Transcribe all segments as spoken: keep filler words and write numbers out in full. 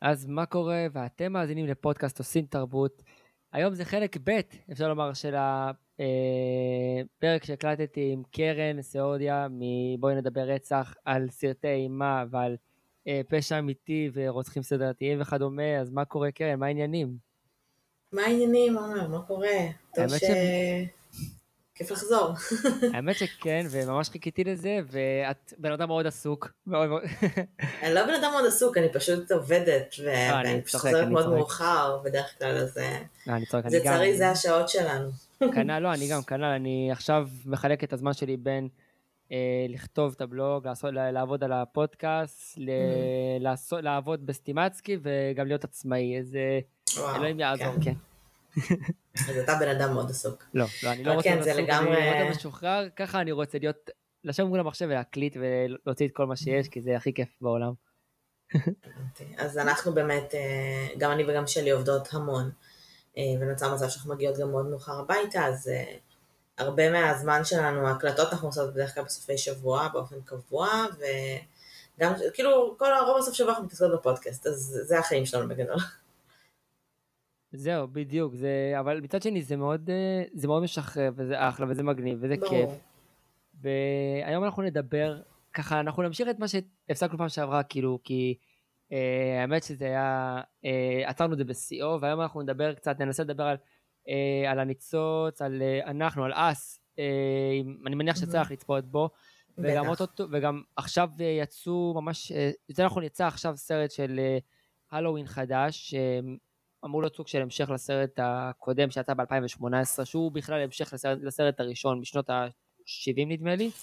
אז מה קורה? ואתם מאזינים לפודקאסט עושים תרבות. היום זה חלק ב', אפשר לומר, של הפרק שהקלטתי עם קרן סעודיה, מבואי נדבר רצח, על סרטי אימה ועל אה, פשע אמיתי ורוצחים סדרתיים וכדומה. אז מה קורה, קרן? מה העניינים? מה העניינים, עומר? מה קורה? טוב ש... ש... כיף לחזור. האמת שכן, וממש חיכיתי לזה, ואת בן אדם מאוד עסוק. מאוד מאוד... אני לא בן אדם מאוד עסוק, אני פשוט עובדת, ו... לא, ואני אני פשוט צוחק, חוזרת אני מאוד צוחק. מאוחר, בדרך כלל, אז לא, אני צוחק, זה אני גם... צרי, זה השעות שלנו. כנ"ל, לא, אני גם כנ"ל, אני עכשיו מחלק את הזמן שלי בין אה, לכתוב את הבלוג, לעשות, לעבוד על הפודקאסט, ל... לעשות, לעבוד בסטימצקי וגם להיות עצמאי, אז וואו, אלוהים יעזור, כן. אז אתה בן אדם מאוד עסוק. לא, לא, אני לא אבל רוצה כן, להיות זה עסוק, לגמרי... אני רוצה משוחרר, ככה אני רוצה להיות, לשבת מול המחשב ולהקליט ולהוציא את כל מה שיש, כי זה הכי כיף בעולם. אז אנחנו באמת, גם אני וגם שלי עובדות המון, ונוצר מצב שאנחנו מגיעות גם מאוד מאוחר הביתה, אז הרבה מהזמן שלנו, ההקלטות אנחנו עושות בדרך כלל בסופי שבוע, באופן קבוע, וגם, כאילו, כל הרוב הסוף שבוע אנחנו מתעסקות בפודקאסט, אז זה החיים שלנו בגדול. זהו, בדיוק, זה, אבל מצד שני זה מאוד, זה מאוד משחרר, וזה אחלה, וזה מגניב, וזה ברור. כיף. והיום אנחנו נדבר, ככה, אנחנו נמשיך את מה שהפסקנו פעם שעברה, כאילו, כי אה, האמת שזה היה, אה, עצרנו את זה בסיאו, והיום אנחנו נדבר קצת, ננסה לדבר על, אה, על הניצוץ, על אה, אנחנו, על אס, אה, אני מניח שצריך לצפות בו, וגם, אותו, וגם עכשיו יצאו ממש, אה, יותר נכון יצא עכשיו סרט של אה, הלואוין חדש, אה, אמור להיות סוג של המשך לסרט הקודם שיצא ב-אלפיים שמונה עשרה, שהוא בכלל המשך לסרט, לסרט הראשון בשנות ה-שבעים נדמה לי,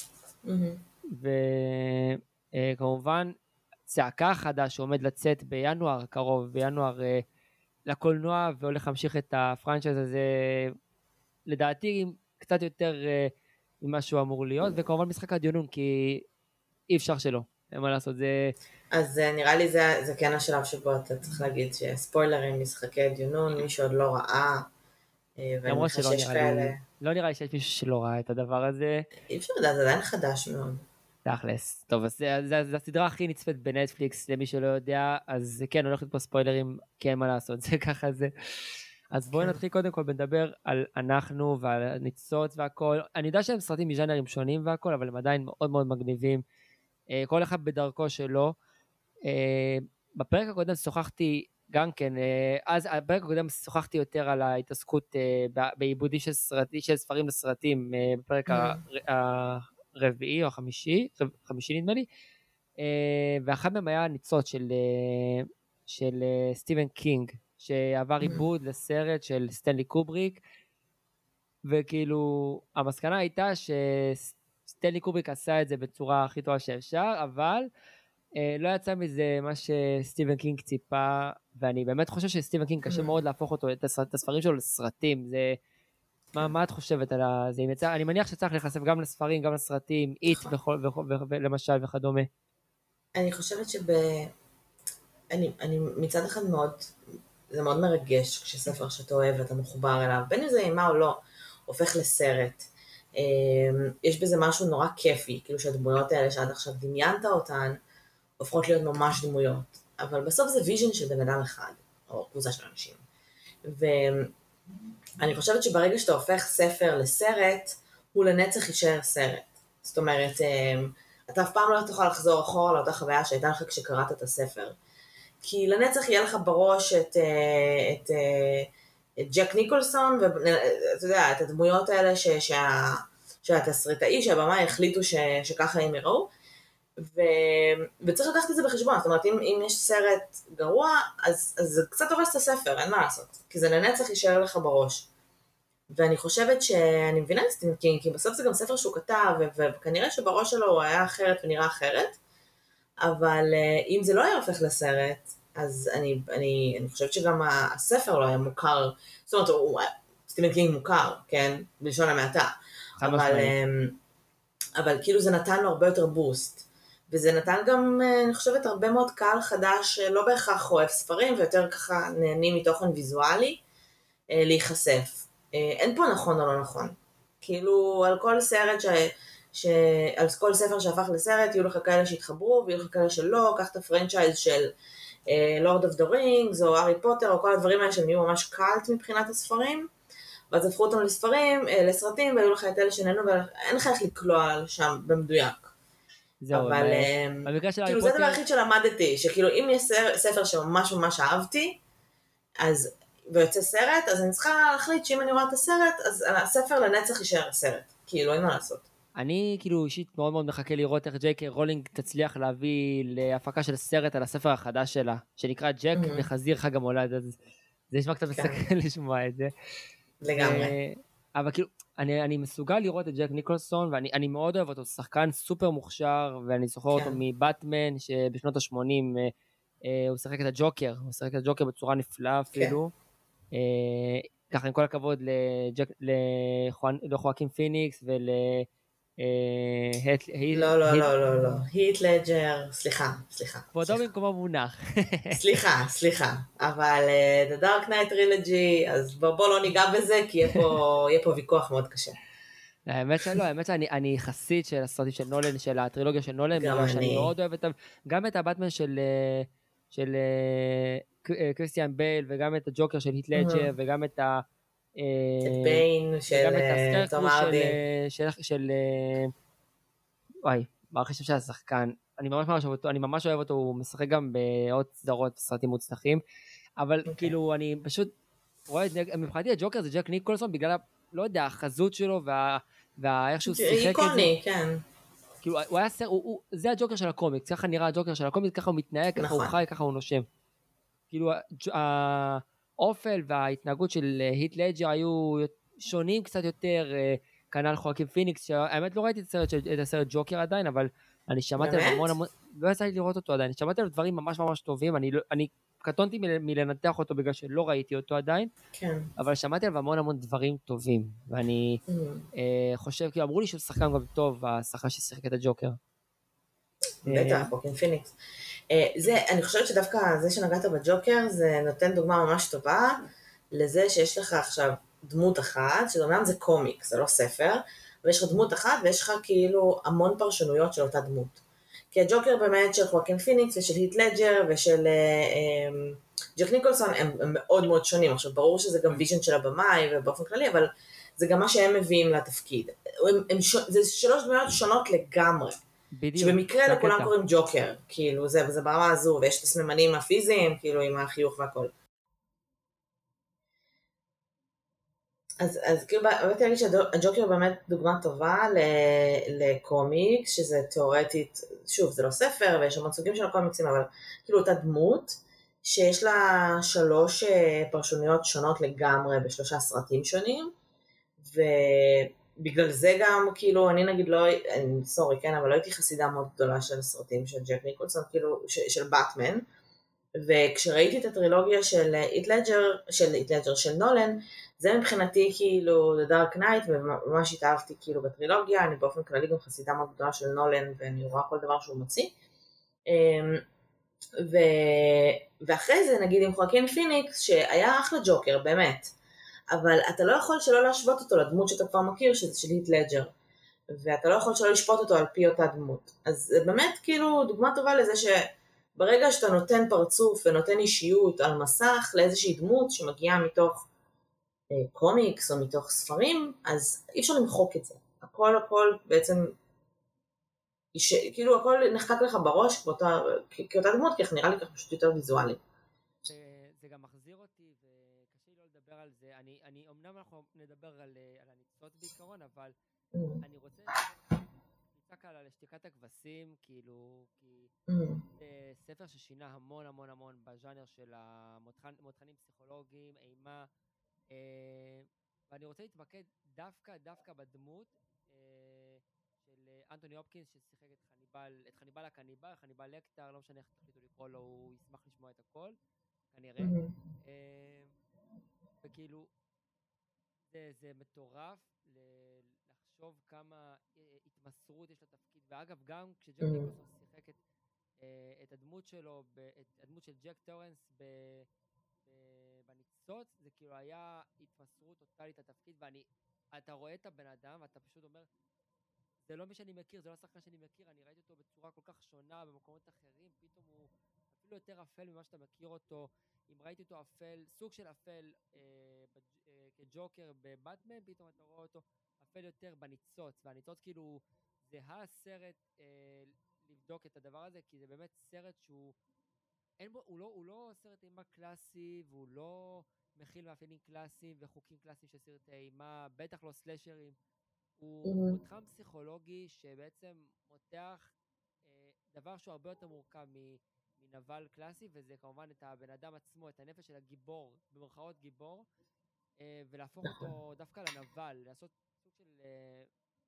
וכמובן צעקה חדש שעומד לצאת בינואר הקרוב, בינואר לקולנוע, והולך להמשיך את הפרנצ'ייז הזה, לדעתי קצת יותר ממה שהוא אמור להיות, וכמובן משחק הדיונון, כי אי אפשר שלא, אין מה לעשות, זה... אז נראה לי זה, זה כן השלב שבו אתה צריך להגיד שספוילרים, משחקי דיונון, מי שעוד לא ראה, למרות שלא נראה כאלה... לי, לא נראה לי שיש מישהו שלא ראה את הדבר הזה. אי אפשר לדעת, זה עדיין חדש מאוד. תכלס. טוב, אז זה, זה, זה הסדרה הכי נצפית בנטפליקס, למי שלא יודע, אז כן, הולכת פה ספוילרים, כן מה לעשות, זה ככה זה. אז בואו נתחיל קודם כל בנדבר על אנחנו ועל הניצוץ והכל. אני יודע שהם סרטים מז'אנרים שונים והכל, אבל הם עדיין מאוד מאוד מגניבים. כל אחד בדרכו שלו. בפרק הקודם שוחחתי גם כן, אז בפרק הקודם שוחחתי יותר על ההתעסקות בעיבודים של, סרטי, של ספרים לסרטים, בפרק הרביעי או החמישי, חמישי נדמה לי, ואחד מהם היה ניצוץ של, של סטיבן קינג, שעבר עיבוד לסרט של סטנלי קובריק, וכאילו המסקנה הייתה שסטנלי קובריק עשה את זה בצורה הכי טובה שאפשר, אבל לא יצא מזה מה שסטיבן קינג ציפה, ואני באמת חושב שסטיבן קינג קשה מאוד להפוך אותו, את הספרים שלו לסרטים. זה, מה, מה את חושבת על זה? אני מניח שצריך להיחשף גם לספרים, גם לסרטים, איט למשל וכדומה. אני חושבת שב... אני, אני מצד אחד מאוד, זה מאוד מרגש כשספר שאתה אוהב ואתה מחובר אליו, בין אם זה אימה או לא, הופך לסרט. יש בזה משהו נורא כיפי, כאילו שהדמויות האלה שעד עכשיו דמיינת אותן, הופכות להיות ממש דמויות, אבל בסוף זה ויז'ן של בן אדם אחד, או קבוצה של אנשים. ואני חושבת שברגע שאתה הופך ספר לסרט, הוא לנצח יישאר סרט. זאת אומרת, אתה אף פעם לא תוכל לחזור אחורה לאותה חוויה שהייתה לך כשקראת את הספר. כי לנצח יהיה לך בראש את, את, את ג'ק ניקולסון, ואתה יודע, את הדמויות האלה ש, שה, שהתסריטאי, שהבמה החליטו ש, שככה הם יראו, ו... וצריך לקחת את זה בחשבון, זאת אומרת, אם, אם יש סרט גרוע, אז, אז זה קצת הורס את הספר, אין מה לעשות, כי זה לנצח יישאר לך בראש. ואני חושבת שאני מבינה את סטיבן קינג, כי בסוף זה גם ספר שהוא כתב, ו... וכנראה שבראש שלו הוא היה אחרת ונראה אחרת, אבל אם זה לא היה הופך לסרט, אז אני, אני, אני חושבת שגם הספר לא היה מוכר, זאת אומרת, הוא, סטיבן קינג מוכר, כן, בלשון המעטה, אבל, אבל כאילו זה נתן לו הרבה יותר בוסט, וזה נתן גם, אני חושבת, הרבה מאוד קהל חדש, לא בהכרח אוהב ספרים, ויותר ככה נהנים מתוכן ויזואלי, להיחשף. אין פה נכון או לא נכון. כאילו, על כל סרט ש... שעל כל ספר שהפך לסרט, יהיו לך כאלה שהתחברו, ויהיו לך כאלה שלא, קח את הפרנצ'ייז של לורד אוף דה רינגס, או הארי פוטר, או כל הדברים האלה שהם יהיו ממש קאלט מבחינת הספרים, ואז הפכו אותם לספרים, לסרטים, והיו לך את אלה שנהנו, ואין לך איך לקלוע שם במדויק. זהו, אבל במקרה של כאילו זה הדבר היחיד שלמדתי, שכאילו אם יש ספר שממש ממש אהבתי, אז, ויוצא סרט, אז אני צריכה להחליט שאם אני רואה את הסרט, אז הספר לנצח יישאר הסרט, כאילו אין מה לעשות. אני כאילו אישית מאוד מאוד מחכה לראות איך ג'יי קיי רולינג תצליח להביא להפקה של סרט על הספר החדש שלה, שנקרא ג'ק וחזיר חג המולד, אז זה נשמע קצת מסקרן לשמוע את זה. לגמרי. אבל כאילו, אני, אני מסוגל לראות את ג'ק ניקולסון, ואני אני מאוד אוהב אותו, שחקן סופר מוכשר, ואני זוכר אותו מבטמן, שבשנות ה-שמונים אה, הוא שחק את הג'וקר, הוא שחק את הג'וקר בצורה נפלאה אפילו. אה, ככה עם כל הכבוד לחואקין פיניקס ול... לא, לא, לא, לא, לא. היט לג'ר, סליחה, סליחה. כבודו במקומו מונח. סליחה, סליחה. אבל The Dark Knight Trilogy, אז בוא לא ניגע בזה, כי יהיה פה ויכוח מאוד קשה. האמת שלא, האמת שאני חסיד של הסרטים של נולן, של הטרילוגיה של נולן, בגלל שאני מאוד אוהב גם את הבטמן של קריסטיאן בייל, וגם את הג'וקר של היט לג'ר, וגם את ה... את ביין של תום ארדי. של... וואי, מערכי שם של השחקן. אני ממש ממש אוהב אותו, אני ממש אוהב אותו, הוא משחק גם בעוד סדרות, סרטים מוצלחים, אבל כאילו אני פשוט רואה, מבחינתי הג'וקר זה ג'ק ניקולסון, בגלל, לא יודע, החזות שלו, ואיך שהוא שיחק את זה. איקוני, כן. כאילו, הוא היה סר, זה הג'וקר של הקומיקס, ככה נראה הג'וקר של הקומיקס, ככה הוא מתנהג, ככה הוא חי, ככה הוא נושם. כאילו, האופל וההתנהגות של היט לג'ר היו שונים קצת יותר, כנ"ל חואקין פיניקס, שהאמת לא ראיתי את הסרט ג'וקר עדיין, אבל אני שמעתי עליו המון המון, לא יצא לי לראות אותו עדיין, אני שמעתי עליו דברים ממש ממש טובים, אני, אני קטונתי מלנתח אותו בגלל שלא ראיתי אותו עדיין, כן. אבל שמעתי עליו המון המון דברים טובים, ואני mm. אה, חושב, כי אמרו לי שהוא שחקן גם טוב, השחקן ששיחק את הג'וקר. בטח, חואקין פיניקס. זה, אני חושבת שדווקא זה שנגעת בג'וקר, זה נותן דוגמה ממש טובה, לזה שיש לך עכשיו דמות אחת, שאומנם זה קומיק, זה לא ספר, ויש לך דמות אחת, ויש לך כאילו המון פרשנויות של אותה דמות. כי הג'וקר באמת של חואקין פיניקס, ושל היט לג'ר, ושל אה, ג'ק ניקולסון, הם, הם מאוד מאוד שונים. עכשיו, ברור שזה גם ויז'ן של הבמאי, ובאופן כללי, אבל זה גם מה שהם מביאים לתפקיד. הם, הם ש... זה שלוש דמויות שונות לגמרי. בדיוק. שבמקרה לכולם קוראים ג'וקר, כאילו, זה, וזה ברמה הזו, ויש את הסממנים הפיזיים, כאילו, עם החיוך והכל. אז, אז כאילו, באתי להגיד שהג'וקר באמת דוגמה טובה לקומיקס, שזה תיאורטית, שוב, זה לא ספר, ויש המון סוגים של הקומיקסים, אבל כאילו אותה דמות, שיש לה שלוש פרשוניות שונות לגמרי, בשלושה סרטים שונים, ובגלל זה גם, כאילו, אני נגיד לא, אני, סורי, כן, אבל לא הייתי חסידה מאוד גדולה של סרטים של ג'ק ניקולסון, כאילו, של באטמן, וכשראיתי את הטרילוגיה של היט לג'ר, של היט לג'ר של נולן, זה מבחינתי כאילו The Dark Knight, וממש התאהבתי כאילו בטרילוגיה, אני באופן כללי גם חסידה מאוד גדולה של נולן, ואני רואה כל דבר שהוא מוציא. ו... ואחרי זה נגיד עם חואקין פיניקס, שהיה אחלה ג'וקר, באמת, אבל אתה לא יכול שלא להשוות אותו לדמות שאתה כבר מכיר, שזה של היט לג'ר, ואתה לא יכול שלא לשפוט אותו על פי אותה דמות. אז זה באמת כאילו דוגמה טובה לזה שברגע שאתה נותן פרצוף ונותן אישיות על מסך לאיזושהי דמות שמגיעה מתוך קומיקס או מתוך ספרים, אז אי אפשר למחוק את זה. הכל הכל בעצם, ש... כאילו הכל נחקק לך בראש כאותה, כאותה דמות, כי נראה לי כך פשוט יותר ויזואלי. זה, זה גם מחזיר אותי, וקשה לי לא לדבר על זה. אני, אני, אמנם אנחנו נדבר על, על הניצוץ בעיקרון, אבל mm. אני רוצה נצעק על שתיקת הכבשים, כאילו, כי mm. זה ספר ששינה המון המון המון בז'אנר של המותחנים פסיכולוגיים, אימה, ואני רוצה להתמקד דווקא, דווקא בדמות של אנטוני הופקינס ששיחק את חניבל, את חניבל הקניבל, חניבל לקטר, לא משנה איך תחליטו לקרוא לו, הוא ישמח לשמוע את הכל, כנראה. וכאילו, זה, זה מטורף לחשוב כמה התמסרות יש לתפקיד, ואגב גם כשג'ק ניקולסון שיחק את, את הדמות שלו, את הדמות של ג'ק טורנס ב... בניצוץ, זה כאילו היה התמסרות טוטלית לתפקיד, ואני, אתה רואה את הבן אדם, ואתה פשוט אומר, זה לא מי שאני מכיר, זה לא השחקן שאני מכיר, אני ראיתי אותו בצורה כל כך שונה במקומות אחרים, פתאום הוא אפילו יותר אפל ממה שאתה מכיר אותו. אם ראיתי אותו אפל, סוג של אפל אה, בג'- אה, כג'וקר בבטמן, פתאום אתה רואה אותו אפל יותר בניצוץ, והניצוץ כאילו זה הסרט אה, לבדוק את הדבר הזה, כי זה באמת סרט שהוא אין בו, הוא לא, הוא לא סרט אימה קלאסי, והוא לא מכיל מאפיינים קלאסיים וחוקים קלאסיים של סרטי אימה, בטח לא סלשרים. הוא מהמם. מותחם פסיכולוגי שבעצם מותח אה, דבר שהוא הרבה יותר מורכב מ- מנבל קלאסי, וזה כמובן את הבן אדם עצמו, את הנפש של הגיבור, במרכאות גיבור, אה, ולהפוך נכון. אותו דווקא לנבל, לעשות סוג של אה,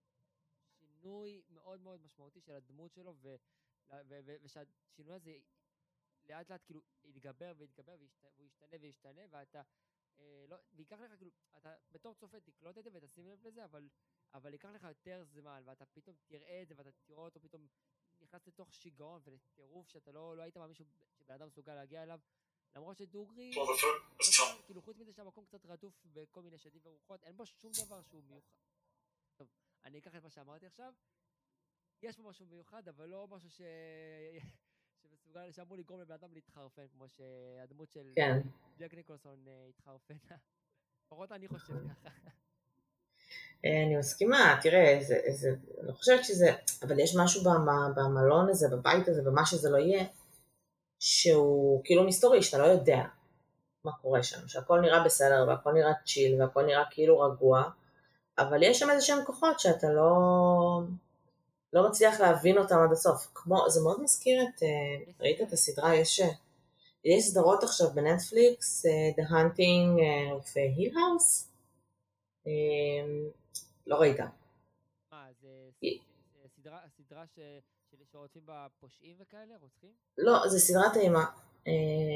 שינוי מאוד מאוד משמעותי של הדמות שלו, ו- ו- ו- ושהשינוי הזה לאט לאט כאילו יתגבר ויתגבר וישת- והוא ישתנה וישתנה, ואתה אה, לא, ויקח לך כאילו, אתה בתור צופה תקלוט את זה ותשים לב לזה, אבל אבל ייקח לך יותר זמן, ואתה פתאום תראה את זה, ואתה תראה אותו פתאום נכנס לתוך שיגעון ולטירוף שאתה לא, לא היית מאמין שהוא- שבן אדם מסוגל להגיע אליו, למרות שדוגרי, לא סתם, כאילו חוץ מזה שהמקום קצת רדוף בכל מיני שדים ורוחות, אין בו שום דבר שהוא מיוחד. טוב, אני אקח את מה שאמרתי עכשיו, יש פה משהו מיוחד, אבל לא משהו ש... שמסוגל, שאמור לגרום לבן אדם להתחרפן, כמו שהדמות של כן. ג'ק ניקולסון אה, התחרפנה. לפחות אני חושב ככה. אה, אני מסכימה, תראה, זה, זה, אני חושבת שזה, אבל יש משהו במ- במלון הזה, בבית הזה, במה שזה לא יהיה, שהוא כאילו מסתורי, שאתה לא יודע מה קורה שם, שהכל נראה בסדר, והכל נראה צ'יל, והכל נראה כאילו רגוע, אבל יש שם איזה שהם כוחות שאתה לא, לא מצליח להבין אותם עד הסוף. כמו, זה מאוד מזכיר את, אה, יש ראית את סרט. הסדרה, יש, יש סדרות עכשיו בנטפליקס, אה, The Hunting אה, of Hill House, אה, לא ראית. מה, זה ס- ס- סדרה, סדרה ש... של- שרודפים בה פושעים וכאלה, רוצחים? לא, זה סדרת אימה. אה,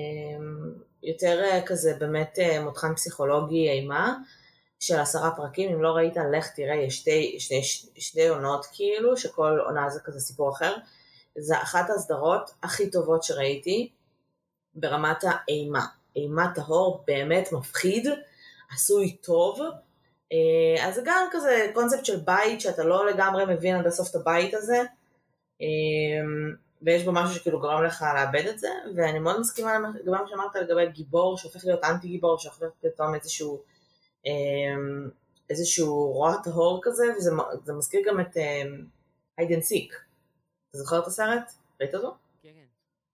יותר אה, כזה באמת אה, מותחן פסיכולוגי אימה, של עשרה פרקים, אם לא ראית, לך תראה, יש שתי, שני, שני עונות כאילו, שכל עונה זה כזה סיפור אחר. זה אחת הסדרות הכי טובות שראיתי, ברמת האימה. אימה טהור, באמת מפחיד, עשוי טוב. אה, אז זה גם כזה קונספט של בית, שאתה לא לגמרי מבין עד הסוף את הבית הזה. אה, ויש בו משהו שכאילו גורם לך לאבד את זה, ואני מאוד מסכימה גם מה שאמרת לגבי גיבור, שהופך להיות אנטי גיבור, שהופך להיות פתאום איזשהו, איזשהו רוע טהור כזה, וזה מזכיר גם את hide and seek. אתה זוכר את הסרט? ראית אותו? כן, כן.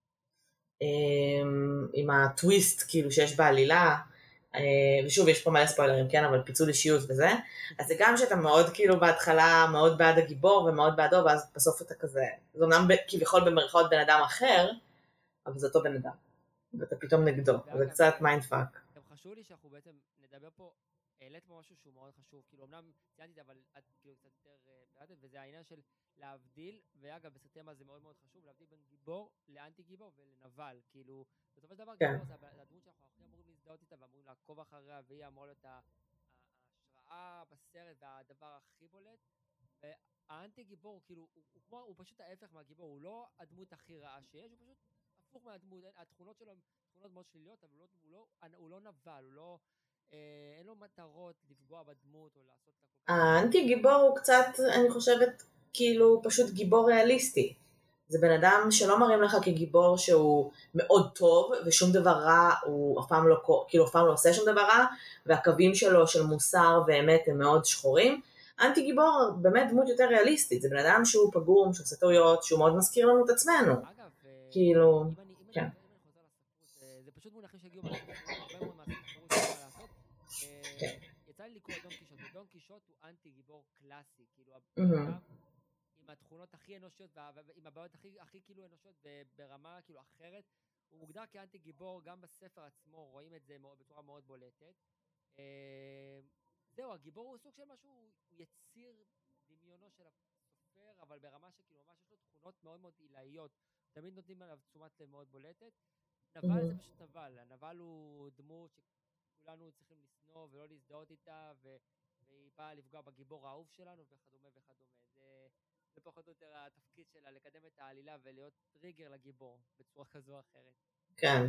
עם הטוויסט כאילו שיש בעלילה, ושוב יש פה מלא ספוילרים, כן, אבל פיצול אישיות וזה, אז זה גם שאתה מאוד כאילו בהתחלה מאוד בעד הגיבור ומאוד בעדו, ואז בסוף אתה כזה, זה אומנם כביכול במרכאות בן אדם אחר, אבל זה אותו בן אדם, ואתה פתאום נגדו, זה קצת מיינד פאק. גם חשוב לי שאנחנו בעצם נדבר פה, העלית פה משהו שהוא מאוד חשוב, כאילו אמנם ציינתי את זה, אבל את כאילו קצת יותר בעדת, וזה העניין של להבדיל, ואגב בסרטי מה זה מאוד מאוד חשוב, להבדיל בין גיבור לאנטי גיבור ולנבל, כאילו בסופו של דבר כן. גיבור זה הדמות שאנחנו הכי אמורים להזדהות איתה ואמורים לעקוב אחריה, והיא אמורה להיות ה- ההשראה בסרט והדבר הכי בולט, והאנטי גיבור כאילו הוא, הוא, כמו, הוא פשוט ההפך מהגיבור, הוא לא הדמות הכי רעה שיש, הוא פשוט הפוך מהדמות, התכונות שלו הן תכונות מאוד שליליות, אבל הוא לא, הוא לא, הוא לא נבל, הוא לא, אה, אין לו מטרות לפגוע בדמות או לעשות את הכל כך. האנטי גיבור הוא קצת, אני חושבת, כאילו פשוט גיבור ריאליסטי. זה בן אדם שלא מראים לך כגיבור שהוא מאוד טוב, ושום דבר רע, הוא אף פעם לא, כאילו אף פעם לא עושה שום דבר רע, והקווים שלו של מוסר ואמת הם מאוד שחורים. אנטי גיבור באמת דמות יותר ריאליסטית, זה בן אדם שהוא פגום, שהוא עושה טעויות, שהוא מאוד מזכיר לנו את עצמנו. אגב, כאילו, אם אני, אם כן. אני, אם אני חוזר לספרות, זה פשוט מונחים שהגיעו מהספרות, הרבה מאוד מהספרות שאתה לעשות. יצא לי לקרוא דון קישוט, ודון קישוט הוא אנטי גיבור קלאסי, כאילו הבן עם התכונות הכי אנושיות, ועם הבעיות הכי, הכי כאילו אנושיות ברמה כאילו אחרת, הוא מוגדר כאנטי גיבור, גם בספר עצמו רואים את זה בצורה מאוד בולטת. זהו, הגיבור הוא סוג של משהו, הוא יציר דמיונו של הסופר, אבל ברמה שכאילו ממש יש לו תכונות מאוד מאוד עילאיות, תמיד נותנים עליו תשומת לב מאוד בולטת. נבל זה פשוט נבל, הנבל הוא דמות שכולנו צריכים לשנוא ולא להזדהות איתה, ו... והיא באה לפגוע בגיבור האהוב שלנו וכדומה וכדומה. זה, זה פחות או יותר התפקיד שלה, לקדם את העלילה ולהיות טריגר לגיבור בצורה כזו או אחרת. כן.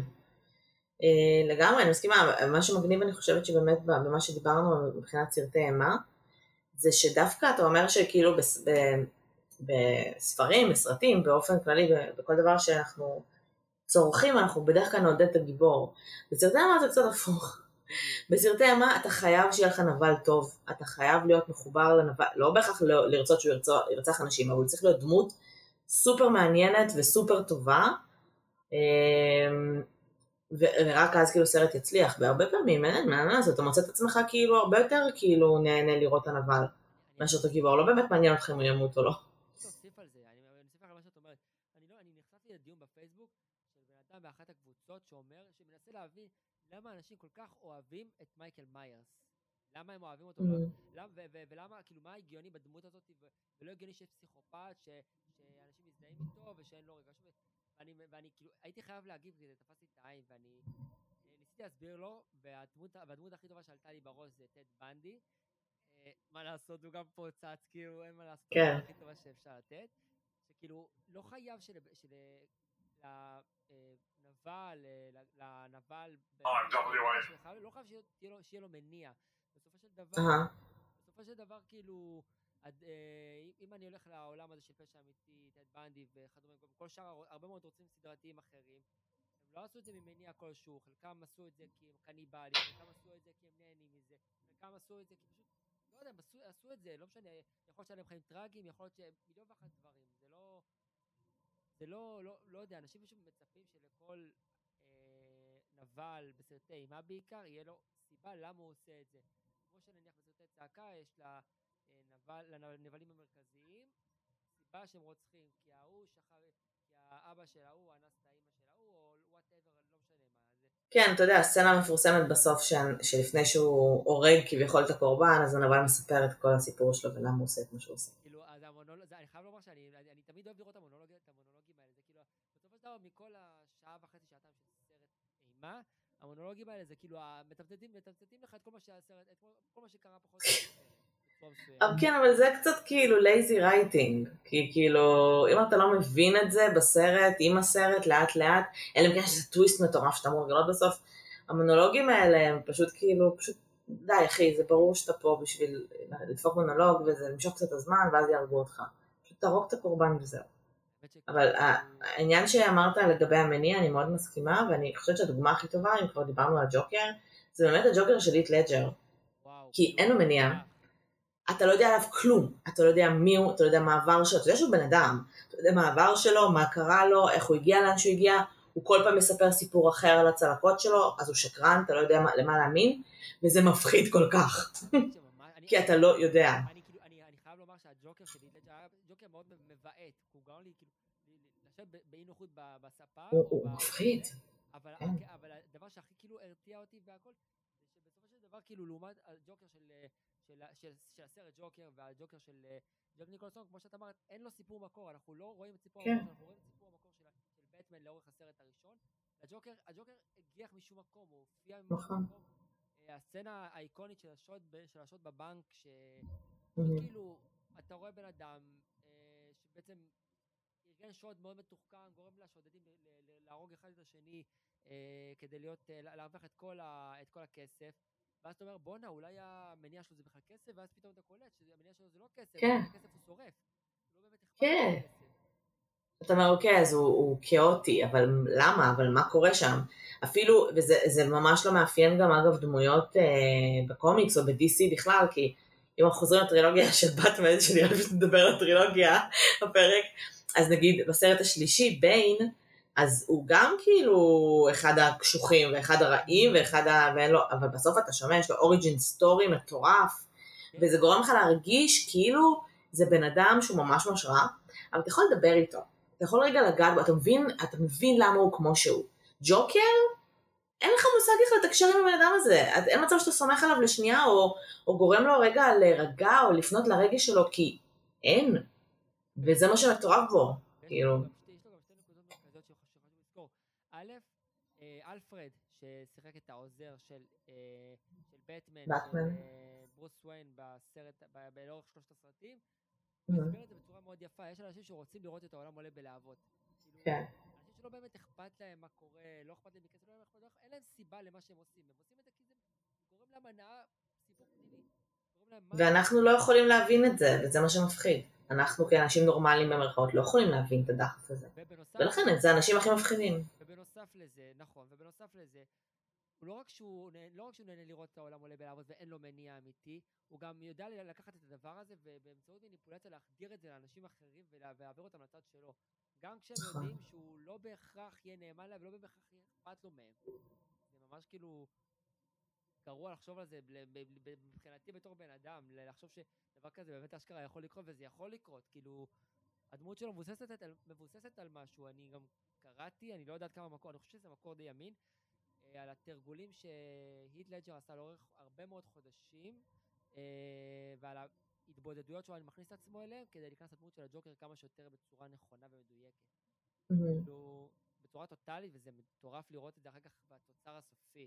לגמרי, אני מסכימה, מה שמגניב אני חושבת שבאמת במה שדיברנו מבחינת סרטי אימה, זה שדווקא אתה אומר שכאילו בספרים, בסרטים, באופן כללי, בכל דבר שאנחנו צורכים, אנחנו בדרך כלל נעודד את הגיבור. בסרטי אימה זה קצת הפוך. בסרטי אימה אתה חייב שיהיה לך נבל טוב, אתה חייב להיות מחובר לנבל, לא בהכרח לרצות שהוא ירצח אנשים, אבל הוא צריך להיות דמות סופר מעניינת וסופר טובה, ורק אז כאילו סרט יצליח, והרבה פעמים, אין מה לעשות, אתה מוצא את עצמך כאילו הרבה יותר כאילו נהנה לראות את הנבל, מאשר את הגיבור, לא באמת מעניין אתכם אם הוא ימות או לא. תוסיף על זה, אני אוסיף על מה שאת אומרת, אני נחשפתי לדיון בפייסבוק של בן אדם באחת הקבוצות שאומר, שמנסה להבין למה אנשים כל כך אוהבים את מייקל מיירס, למה הם אוהבים אותו, ולמה, כאילו מה הגיוני בדמות הזאת, ולא הגיוני שיש פסיכופת, שאנשים מזדהים איתו ושאין לו רגע, ואני, ואני כאילו, הייתי חייב להגיב, כי זה תפס לי את העין, ואני ניסיתי להסביר לו, והדמות, והדמות הכי טובה שעלתה לי בראש זה טד בנדי, מה לעשות, הוא גם פה צץ, כאילו, אין מה לעשות, כן. הכי טובה שאפשר לתת, שכאילו, לא חייב של, של, לנבל, לנבל, לא חייב שיהיה לו מניע, בסופו של דבר, בסופו של דבר, כאילו, אם אני הולך לעולם הזה של פשע אמיתי, טד בנדי וכדומה, כל שאר, הרבה מאוד רוצים סדרתיים אחרים, הם לא עשו את זה ממניע כלשהו, חלקם עשו את זה כי הם קניבלים, חלקם עשו את זה כי הם נהנים מזה, חלקם עשו את זה כי פשוט, לא יודע, הם עשו, עשו את זה, לא משנה, יכול להיות שלהם חיים טרגיים, יכול להיות שהם מיליון ואחת דברים, זה לא, זה לא, לא, לא יודע, אנשים פשוט מצפים שלכל אה, נבל בסרטי אימה בעיקר, יהיה לו סיבה למה הוא עושה את זה. כמו שנניח בסרטי צעקה, יש לה נבל, לנבלים המרכזיים, סיבה שהם רוצחים, כי ההוא שחר, כי האבא של ההוא אנס את האמא של ההוא, או whatever, לא משנה מה. זה... כן, אתה יודע, הסצנה המפורסמת בסוף, ש... שלפני שהוא הורג כביכול את הקורבן, אז הנבל מספר את כל הסיפור שלו, ולמה הוא עושה את מה שהוא עושה. כאילו, אז המונולוג, אני חייב לומר שאני אני, אני תמיד אוהב לראות את המונולוגים, את המונולוגים האלה, זה כאילו, בסופו של דבר, מכל השעה וחצי, שעתיים של סרט אימה, המונולוגים האלה זה כאילו, מתמצתים, מתמצתים לך את כל מה שהסרט, את כל מה שקרה פחות בסרט. כן, אבל זה קצת כאילו lazy writing, כי כאילו, אם אתה לא מבין את זה בסרט, עם הסרט, לאט לאט, אלא אם כן שזה טוויסט מטורף שאתה אמור לגלות בסוף, המונולוגים האלה הם פשוט כאילו, פשוט, די אחי, זה ברור שאתה פה בשביל לדפוק מונולוג, וזה למשוך קצת הזמן, ואז יהרגו אותך. פשוט תהרוג את הקורבן וזהו. אבל העניין שאמרת לגבי המניע, אני מאוד מסכימה, ואני חושבת שהדוגמה הכי טובה, אם כבר דיברנו על ג'וקר, זה באמת הג'וקר של הית' לג'ר, כי אין לו מניע. אתה לא יודע עליו כלום, אתה לא יודע מי הוא, אתה לא יודע מה העבר שלו, אתה יודע שהוא בן אדם, אתה יודע מה העבר שלו, מה קרה לו, איך הוא הגיע לאן שהוא הגיע, הוא כל פעם מספר סיפור אחר על הצלקות שלו, אז הוא שקרן, אתה לא יודע למה להאמין, וזה מפחיד כל כך, כי אתה לא יודע. אני חייב לומר שהג'וקר שלי, ג'וקר מאוד מבעט, הוא גאון לי, לשבת באי נוחות בספה, הוא מפחיד. אבל הדבר שהכי כאילו הרתיע אותי והכל, שבסופו של דבר כאילו לעומת הג'וקר של של, של, של הסרט ג'וקר והג'וקר של ג'ק ניקולסון, כמו שאת אמרת, אין לו סיפור מקור, אנחנו לא רואים את סיפור המקור, אנחנו רואים את סיפור המקור של, של בטמן לאורך הסרט הראשון. הג'וקר, הג'וקר הגיח משום מקום, הוא הופיע משום מקום. הסצנה האיקונית של השוד, של השוד בבנק, שכאילו אתה רואה בן אדם שבעצם ארגן שוד מאוד מתוחכם, גורם לשודדים להרוג אחד את השני כדי להיות, להרוויח את כל, את כל הכסף. ואז אתה אומר, בונה, אולי המניע שלו זה בכלל כסף, ואז פתאום אתה קולט שהמניע שלו זה לא כסף, כסף הוא שורף. כן. אתה אומר, אוקיי, אז הוא כאוטי, אבל למה? אבל מה קורה שם? אפילו, וזה ממש לא מאפיין גם, אגב, דמויות בקומיקס או ב-די סי בכלל, כי אם אנחנו חוזרים לטרילוגיה של באטמן, שנראה לי שנדבר על הטרילוגיה בפרק, אז נגיד, בסרט השלישי, ביין, אז הוא גם כאילו אחד הקשוחים ואחד הרעים ואחד ה... ואין לו, אבל בסוף אתה שומע, יש לו אוריג'ין סטורי מטורף, וזה גורם לך להרגיש כאילו זה בן אדם שהוא ממש ממש רע, אבל אתה יכול לדבר איתו, אתה יכול רגע לגעת בו, אתה מבין, אתה מבין למה הוא כמו שהוא. ג'וקר, אין לך מושג איך לתקשר עם הבן אדם הזה, אין מצב שאתה סומך עליו לשנייה, או, או גורם לו רגע להירגע, או לפנות לרגש שלו, כי אין, וזה מה שמטורף בו, כאילו. א', אלפרד, ששיחק את העוזר של בטמן, ברוס וויין בסרט, באורך שלושת הסרטים, הוא הסביר את זה בצורה מאוד יפה. יש אנשים שרוצים לראות את העולם עולה בלהבות. אנשים שלא באמת אכפת להם מה קורה, לא אכפת להם מכסף, אין להם סיבה למה שהם עושים. הם עושים את זה כי זה גורם להם הנאה סיפור פנימי. ואנחנו לא יכולים להבין את זה, וזה מה שמפחיד. אנחנו כאנשים נורמליים במרכאות לא יכולים להבין את הדחף הזה. ולכן זה האנשים הכי מפחידים. ובנוסף לזה, נכון, ובנוסף לזה, הוא לא רק שהוא, לא רק שהוא נהנה לראות את העולם עולה בלעבוד ואין לו מניע אמיתי, הוא גם יודע לקחת את הדבר הזה ובאמצעות מניפולציה להחדיר את זה לאנשים אחרים ולהעביר אותם לצד שלו. גם כשהם יודעים שהוא לא בהכרח יהיה נאמן להם ולא בהכרח יהיה אכפת לו מהם. זה ממש כאילו גרוע לחשוב על זה מבחינתי בתור בן אדם, לחשוב שדבר כזה באמת אשכרה יכול לקרות, וזה יכול לקרות, כאילו הדמות שלו מבוססת על, מבוססת על משהו. אני גם קראתי, אני לא יודעת כמה מקור, אני חושב שזה מקור די ימין, על התרגולים שהיט לג'ר עשה לאורך הרבה מאוד חודשים, ועל ההתבודדויות שהוא מכניס את עצמו אליהם, כדי להיכנס לדמות של הג'וקר כמה שיותר בצורה נכונה ומדויקת. כאילו, בצורה טוטלית, וזה מטורף לראות את זה אחר כך בתוצר הסופי.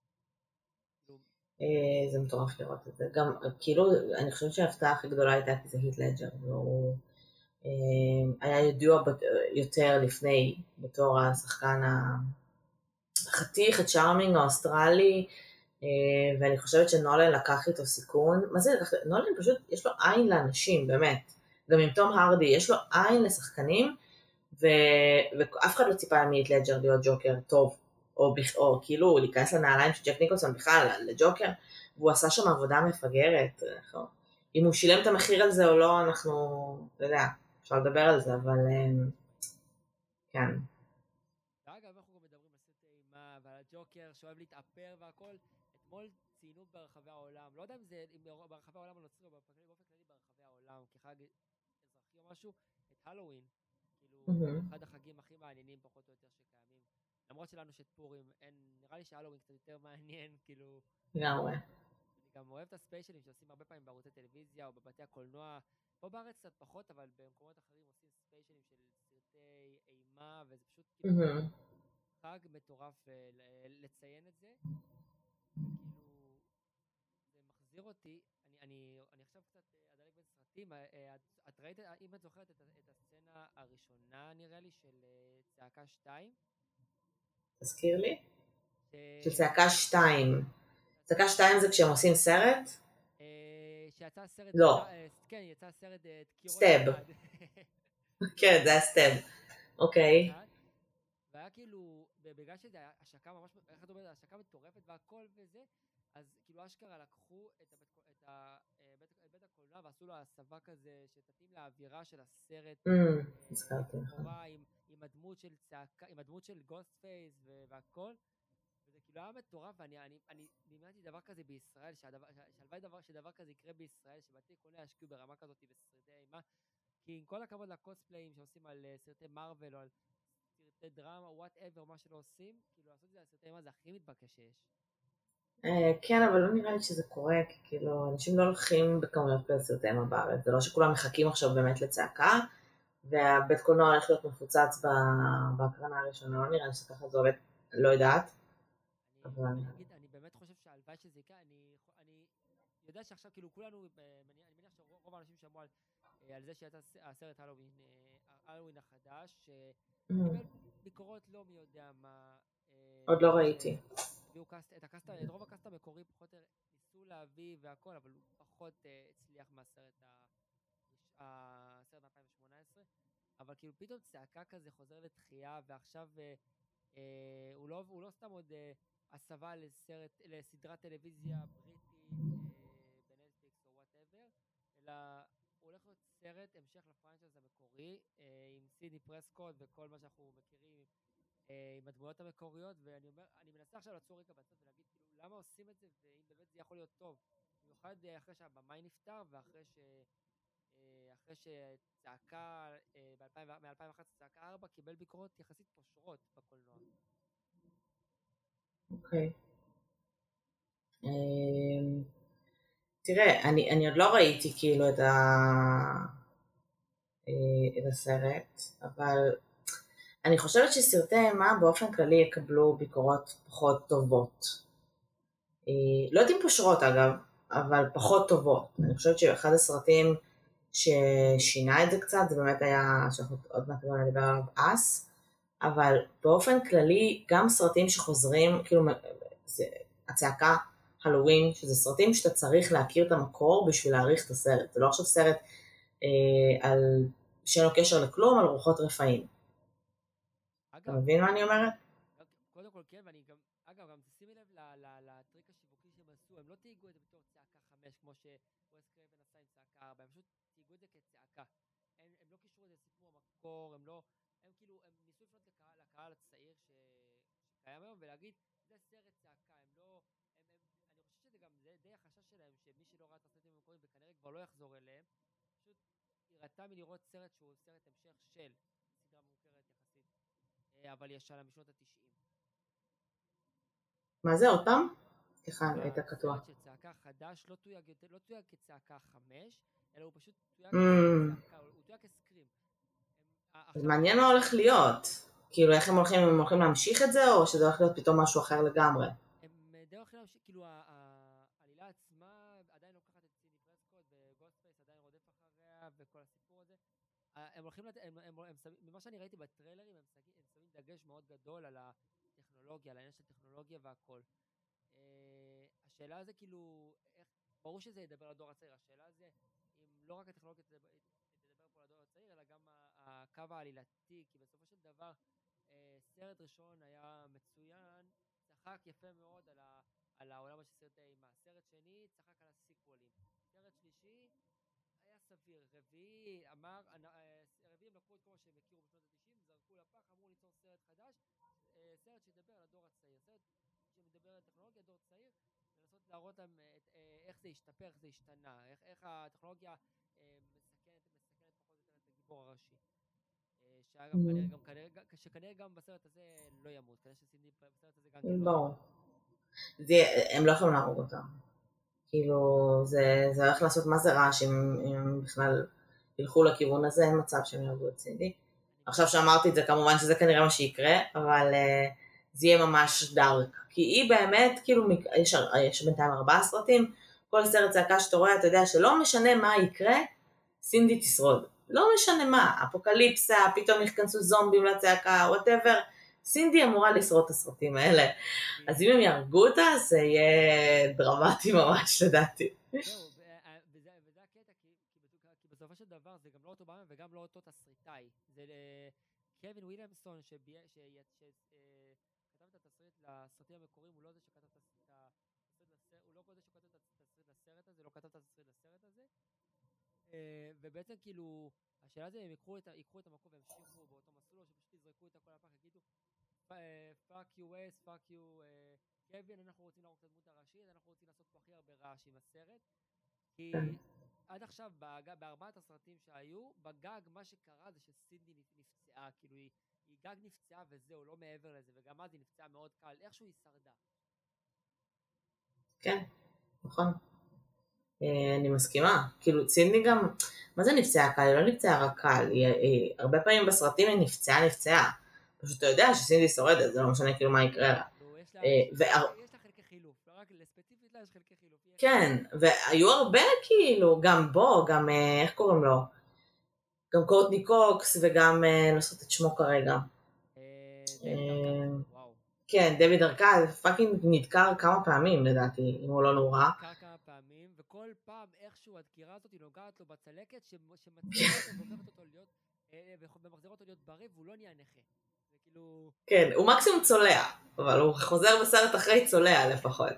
זה מטורף לראות את זה. גם, כאילו, אני חושבת שההפתעה הכי גדולה הייתה כי זה היט לג'ר, והוא היה ידוע יותר לפני בתור השחקן החתיך, הצ'ארמינג האוסטרלי, ואני חושבת שנולן לקח איתו סיכון. מה זה? נולן פשוט, יש לו עין לאנשים, באמת. גם עם תום הרדי, יש לו עין לשחקנים, ואף אחד לא ציפה מהיט לג'ר להיות ג'וקר טוב, או, או כאילו להיכנס לנעליים של ג'ק ניקולסון בכלל, לג'וקר, והוא עשה שם עבודה מפגרת. אם הוא שילם את המחיר על זה או לא, אנחנו, אתה יודע, אפשר לדבר על זה, אבל כן. אגב, אנחנו גם מדברים על סרטי אימה ועל הג'וקר שאוהב להתאפר והכל. אתמול ציינו ברחבי העולם, לא יודע אם זה ברחבי העולם הנוצרי או באופן כללי ברחבי העולם, כחג אזרחי או משהו, את הלואוין. כאילו, אחד החגים הכי מעניינים פחות או יותר שקיימים. למרות שלנו שאת פורים, אין, נראה לי שהלואוין קצת יותר מעניין, כאילו... לגמרי. אני גם אוהב את הספיישלים שעושים הרבה פעמים בערוצי טלוויזיה או בבתי הקולנוע. פה בארץ קצת פחות, אבל במקומות אחרים עושים ספיישלים של סרטי אימה, וזה פשוט כאילו חג מטורף לציין את זה. וכאילו, זה מחזיר אותי, אני, אני, אני עכשיו קצת אדלג בין סרטים. את ראית, אם את זוכרת את, את הסצנה הראשונה, נראה לי, של צעקה שתיים? תזכיר לי? של צעקה שתיים. צעקה שתיים זה כשהם עושים סרט? שיצא סרט... לא. כן, יצא סרט דקירות... סטאב. כן, זה היה סטאב. אוקיי. והיה כאילו, בגלל שזה השקה ממש, איך את אומרת, השקה מטורפת והכל וזה, אז כאילו אשכרה לקחו את בית הקולנוע ועשו לו הסבה כזה שתתאים לאווירה של הסרט. הזכרתי לך. עם הדמות של צעקה, עם הדמות של גוסט פייס והכל. וזה כאילו היה מטורף, ואני לימדתי דבר כזה בישראל, שהלוואי דבר שדבר כזה יקרה בישראל, שבתי קולנוע ישקיעו ברמה כזאת בסרטי אימה, כי עם כל הכבוד לקוספליים שעושים על סרטי מרוול או על סרטי דרמה, whatever, מה שלא עושים, כאילו לעשות את זה על סרטי אימה זה הכי מתבקש שיש. כן, אבל לא נראה לי שזה קורה, כי כאילו אנשים לא הולכים בכמויות בסרטי אימה בארץ, זה לא שכולם מחכים עכשיו באמת לצעקה, והבית קולנוע הולך להיות מפוצץ בהקרנה הראשונה, לא נראה לי שככה זה עובד, לא יודעת. אני באמת חושב שהלוואי שזה יקרה, אני יודע שעכשיו כאילו כולנו, אני מניח שרוב האנשים שמעו על זה שיצא הסרט הלואוין החדש, שקיבל ביקורות לא מי יודע מה. עוד לא ראיתי. את רוב הקאסט המקורי פחות ניסו להביא והכל, אבל הוא פחות הצליח מהסרט מ-אלפיים ושמונה עשרה, אבל כאילו פתאום צעקה כזה חוזר לתחייה, ועכשיו הוא לא סתם עוד הסבה לסרט, לסדרת טלוויזיה בריטית בנטפליקס או וואטאבר, אלא הוא הולך להיות סרט המשך לפרנצ'ייז המקורי עם סידני פרסקוט וכל מה שאנחנו מכירים עם הדמויות המקוריות, ואני אומר, אני מנסה עכשיו לעצור רגע בצד ולהגיד כאילו למה עושים את זה, ואם באמת זה יכול להיות טוב, במיוחד אחרי שהבמאי נפטר ואחרי ש אחרי שצעקה מ-אלפיים ואחת עשרה צעקה ארבע קיבל ביקורות יחסית פושרות בקולנוע. אוקיי. תראה, אני, אני עוד לא ראיתי כאילו את, ה... את הסרט, אבל אני חושבת שסרטי אימה באופן כללי יקבלו ביקורות פחות טובות. לא יודעים פושרות אגב, אבל פחות טובות. אני חושבת שאחד הסרטים ששינה את זה קצת, זה באמת היה, שאנחנו עוד מעט לא נדבר עליו, אס, אבל באופן כללי, גם סרטים שחוזרים, כאילו, זה, הצעקה הלואוין, שזה סרטים שאתה צריך להכיר את המקור בשביל להעריך את הסרט. זה לא עכשיו סרט אה, על שאין לו קשר לכלום, על רוחות רפאים. אתה מבין מה אני אומרת? קודם כל כן, ואני גם, אגב, גם תשימי לב לטריק השיווקי שהם עשו, הם לא תהיגו את זה בתור צעקה חמש, כמו שווסט קרייבן עשה עם צעקה ארבע, הם פשוט תהיגו את זה כצעקה. הם, הם לא קישרו את זה סיפור המקור, הם לא, הם כאילו, הם ניסו לפנות לקהל, לקהל הצעיר ש... שקיים היום, ולהגיד, זה סרט צעקה, הם לא, הם, הם, אני חושב שזה גם די, די החשש שלהם, שמי שלא ראה את הסרטים המקוריים וכנראה כבר לא יחזור אליהם, פשוט יראתה מלראות סרט שהוא סרט המשך של סדרה מוכרת יחסית, אבל ישנה משנות התשעים. מה זה עוד פעם? סליחה, היית קטוע. הסרט של צעקה חדש לא תויג, לא תויג כצעקה חמש, אלא הוא פשוט תויג כצעקה, הוא תויג כסקרים. אז מעניין מה הולך להיות. כאילו איך הם הולכים, הם הולכים להמשיך את זה, או שזה הולך להיות פתאום משהו אחר לגמרי? הם די הולכים להמשיך, כאילו העלילה עצמה עדיין לוקחת את סיני פרסקוט, וגוסטפייס עדיין רודף אחריה, וכל הסיפור הזה. הם הולכים, ממה שאני ראיתי בטריילרים, הם שמים דגש מאוד גדול על הטכנולוגיה, על העניין של טכנולוגיה והכל. השאלה זה כאילו, ברור שזה ידבר לדור הצעיר, השאלה זה אם לא רק הטכנולוגיה תדבר פה לדור הצעיר, אלא גם הקו העלילתי, כי בסופו של דבר סרט ראשון היה מצוין, צחק יפה מאוד על, ה, על העולם של סרטי אימה, סרט שני צחק על הסיקוולים, סרט שלישי היה סביר, רביעי אמר, רביעים לקחו את כל מה שהם הכירו בשנות ה-תשעים, זרקו לפח, אמרו ליצור סרט חדש, סרט שידבר על הדור הצעיר, סרט שמדבר על טכנולוגיה, דור צעיר, לנסות להראות להם איך זה השתפר, איך זה השתנה, איך, איך הטכנולוגיה מסכנת, מסכנת פחות או יותר את הגיבור הראשי. שאגב, כנראה גם, כנראה, שכנראה גם בסרט הזה לא ימות, כנראה שסינדי בסרט הזה גם כן לא ימות. הם לא יכולים להרוג אותם. כאילו, זה, זה הולך לעשות מה זה רעש, אם, אם בכלל ילכו לכיוון הזה, אין מצב שהם יהרגו את סינדי. עכשיו שאמרתי את זה, כמובן שזה כנראה מה שיקרה, אבל uh, זה יהיה ממש דארק. כי היא באמת, כאילו, יש, יש בינתיים ארבעה סרטים, כל סרט צעקה שאתה רואה, אתה יודע שלא משנה מה יקרה, סינדי תשרוד. לא משנה מה, אפוקליפסה, פתאום יכנסו זומבים לצעקה, whatever, סינדי אמורה לשרוד את הסרטים האלה. אז אם הם יהרגו אותה, זה יהיה דרמטי ממש, לדעתי. זהו, וזה הקטע, כי בסופו של דבר זה גם לא אותו באמן וגם לא אותו תסריטאי. זה קווין וויליאמסון שכתב את התסריט לסרטים המקוריים, הוא לא זה שכתב את התסריט לסרט הזה, לא כתב את התסריט לסרט הזה. ובעצם כאילו, השאלה זה הם יקחו את, יקחו את המקום והמשיכו באותו מסלול, שפשוט יזרקו את הכל הפח, יגידו fuck you Wes, fuck you קווין, אנחנו רוצים להרוג את הדמות הראשית, אנחנו רוצים לעשות פה הכי הרבה רעש עם הסרט, כי עד עכשיו בארבעת הסרטים שהיו, בגג מה שקרה זה שסינדי נפצעה, כאילו היא, היא גג נפצעה וזהו, לא מעבר לזה, וגם אז היא נפצעה מאוד קל, איכשהו היא שרדה. כן, נכון. אני מסכימה, כאילו סינדי גם, מה זה נפצעה קל? היא לא נפצעה רק קל, היא, היא, הרבה פעמים בסרטים היא נפצעה נפצעה, פשוט אתה יודע שסינדי שורדת, זה לא משנה כאילו מה יקרה לה. יש לה חלקי חילוף, רק ספציפית לה יש חלקי חילוף. כן, והיו הרבה כאילו, גם בו, גם איך קוראים לו? גם קורטני קוקס וגם, לא עושות את שמו כרגע. כן, דויד ארקד, פאקינג נדקר כמה פעמים לדעתי, אם הוא לא נורא. נדקר כמה פעמים, וכל פעם איכשהו הדקירה הזאת היא נוגעת לו בצלקת, שמצליחה והופכת אותו להיות, ומחזיר אותו להיות בריא, והוא לא נהיה נכה. זה כאילו... כן, הוא מקסימום צולע, אבל הוא חוזר בסרט אחרי צולע לפחות.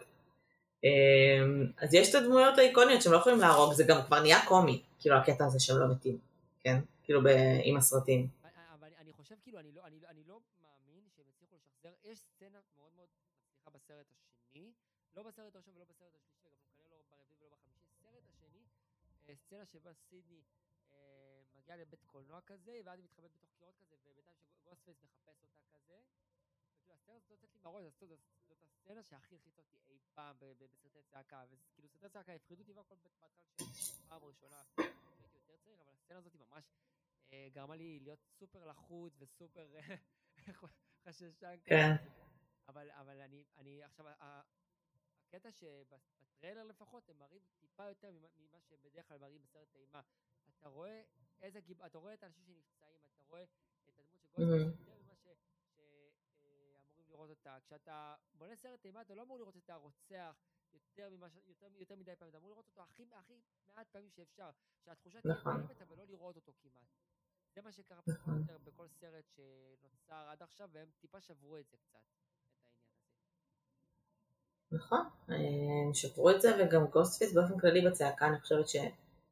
אז יש את הדמויות האיקוניות שהם לא יכולים להרוג, זה גם כבר נהיה קומי, כאילו הקטע הזה שהם לא מתים, כן? כאילו עם הסרטים. אבל אני חושב כאילו, אני לא, אני, אני לא מאמין שהם הצליחו לשחזר, יש סצנה מאוד מאוד מצליחה בסרט השני, לא בסרט הראשון ולא בסרט השלישי, גם כנראה לא ברביעי ולא בחמישי, סרט השני, סצנה שבה סידני מגיעה לבית קולנוע כזה, ואז היא מתחבאת בתוך קירות כזה, ובינתיים שגוסטפייס מחפש אותה כזה, וכאילו הסצנה הזאת יוצאת לי מהראש, זאת הסצנה שהכי הלחיצה אותי אי פעם בסרטי צעקה, וכאילו סרטי צעקה הפחידו אותי והכל בהתחלה פעם ראשונה, הייתי יותר צעיר, אבל הסצנה הזאת ממש גרמה לי להיות סופר לחוץ וסופר חששן כזה. אבל, אבל אני, אני עכשיו, הקטע שבטריילר לפחות הם מראים טיפה יותר ממה שבדרך כלל מראים בסרט אימה. אתה רואה איזה גיב, אתה רואה את האנשים שנפצעים, אתה רואה את הדמות שגוסטפייס יותר ממה שאמורים לראות אותה. כשאתה בונה סרט אימה, אתה לא אמור לראות את הרוצח יותר ממה ש... יותר, יותר מדי פעמים, אתה אמור לראות אותו הכי, הכי מעט פעמים שאפשר, שהתחושה תהיה קיימת, אבל לא לראות אותו כמעט. זה מה שקרה פה יותר בכל סרט שנוצר עד עכשיו, והם טיפה שברו את זה קצת, את העניין הזה. נכון, שברו את זה, וגם גוסטפיס באופן כללי בצעקה, אני חושבת ש...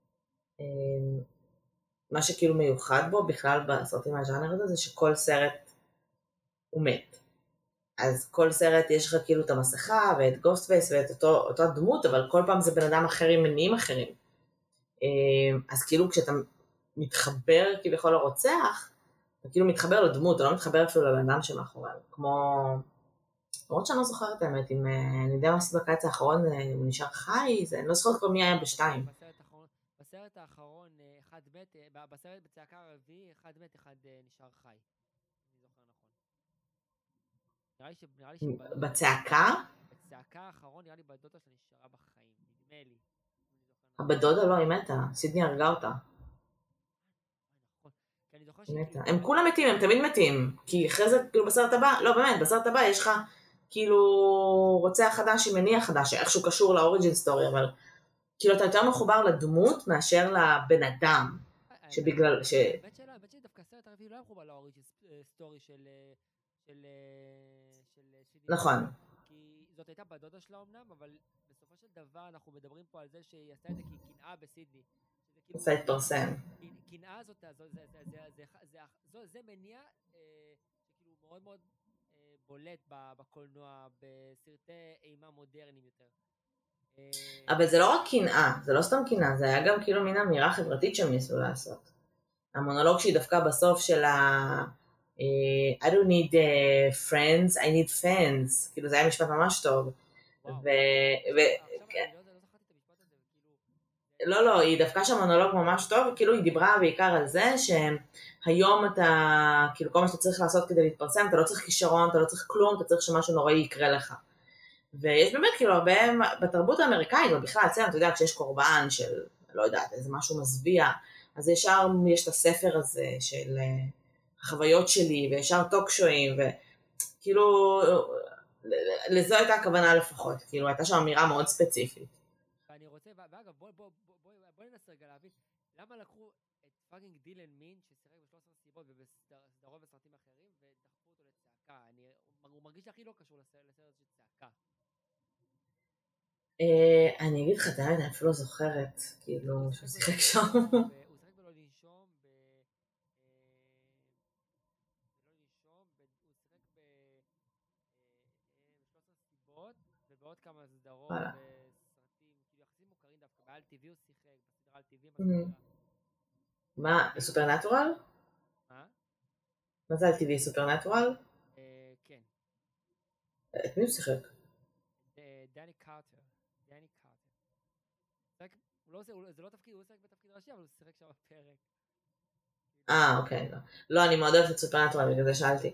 מה שכאילו מיוחד בו בכלל בסרטים מהז'אנר הזה, זה שכל סרט הוא מת. אז כל סרט יש לך כאילו את המסכה ואת גוסטפייס ואת אותו, אותו דמות, אבל כל פעם זה בן אדם אחר עם מניעים אחרים. אז כאילו כשאתה מתחבר כביכול לרוצח, אתה כאילו מתחבר לדמות, אתה לא מתחבר אפילו לבן אדם שמאחוריו. כמו, למרות שאני לא זוכרת האמת, אם אני יודע מה עשית בקיץ האחרון, הוא נשאר חי, זה, אני לא זוכרת כבר מי היה בשתיים. בסרט האחרון, אחד מת, בסרט בצעקה הרביעי, אחד מת, אחד נשאר חי. אני זוכר נכון. נראה לי ש... נראה לי ש... בצעקה? בצעקה האחרון, נראה לי בדודה שלה נשארה בחיים, נדמה לי. בדודה לא, היא מתה, סידני הרגה אותה. הם כולם מתים, הם תמיד מתים, כי אחרי זה, כאילו בסרט הבא, לא באמת, בסרט הבא יש לך כאילו רוצח חדש עם מניע חדש, שאיכשהו קשור לאוריג'ין סטורי, אבל כאילו אתה יותר מחובר לדמות מאשר לבן אדם, שבגלל ש... האמת שלה, האמת שלי דווקא הסרט הרביעי לא מחובר לאוריג'ין סטורי של... נכון. כי זאת הייתה בדודה שלה אמנם, אבל בסופו של דבר אנחנו מדברים פה על זה שהיא עשתה את זה כקנאה בסידני. עושה התפרסם. קנאה הזאת, זה מניע שכאילו מאוד מאוד בולט בקולנוע, בסרטי אימה מודרניים יותר. אבל זה לא רק קנאה, זה לא סתם קנאה, זה היה גם כאילו מין אמירה חברתית שהם ניסו לעשות. המונולוג שהיא דווקא בסוף של ה... I don't need uh, friends, I need fans, כאילו זה היה משפט ממש טוב. ו... לא, לא, היא דווקא שהמונולוג ממש טוב, וכאילו היא דיברה בעיקר על זה שהיום אתה, כאילו כל מה שאתה צריך לעשות כדי להתפרסם, אתה לא צריך כישרון, אתה לא צריך כלום, אתה צריך שמשהו נוראי יקרה לך. ויש באמת כאילו הרבה, בתרבות האמריקאית, ובכלל, אצלנו, אתה יודע, כשיש קורבן של, לא יודעת, איזה משהו מזוויע, אז ישר יש את הספר הזה של החוויות שלי, וישר טוקשואים, וכאילו, לזו הייתה הכוונה לפחות, כאילו, הייתה שם אמירה מאוד ספציפית. ואני רוצה, ואגב, בואי בוא, בוא, בוא, בוא ננסה רגע להבין, למה לקחו את פאקינג דילן מין, ששיחק ב-שלוש עשרה סיבות ובסדרות וסרטים אחרים, ודחפו אותו לצעקה? אני, הוא מרגיש הכי לא קשור לסרט של צעקה. אני אגיד לך, אתה יודע, אני אפילו לא זוכרת, כאילו, שהוא שיחק שם. הוא שיחק בלא לנשום, בלא לנשום, הוא שיחק ב-שלוש עשרה סיבות, ובעוד כמה סדרות. על טי וי הוא שיחק, בסדרה על טי וי. מה, סופרנטורל? מה? מה זה על טי וי, סופרנטורל? כן. את מי הוא שיחק? דני קארטר. דני קארטר. זה לא תפקיד, הוא שיחק בתפקיד ראשי, אבל הוא שיחק שם בפרק. אה, אוקיי. לא, אני מאוד אוהבת את סופרנטורל, בגלל זה שאלתי.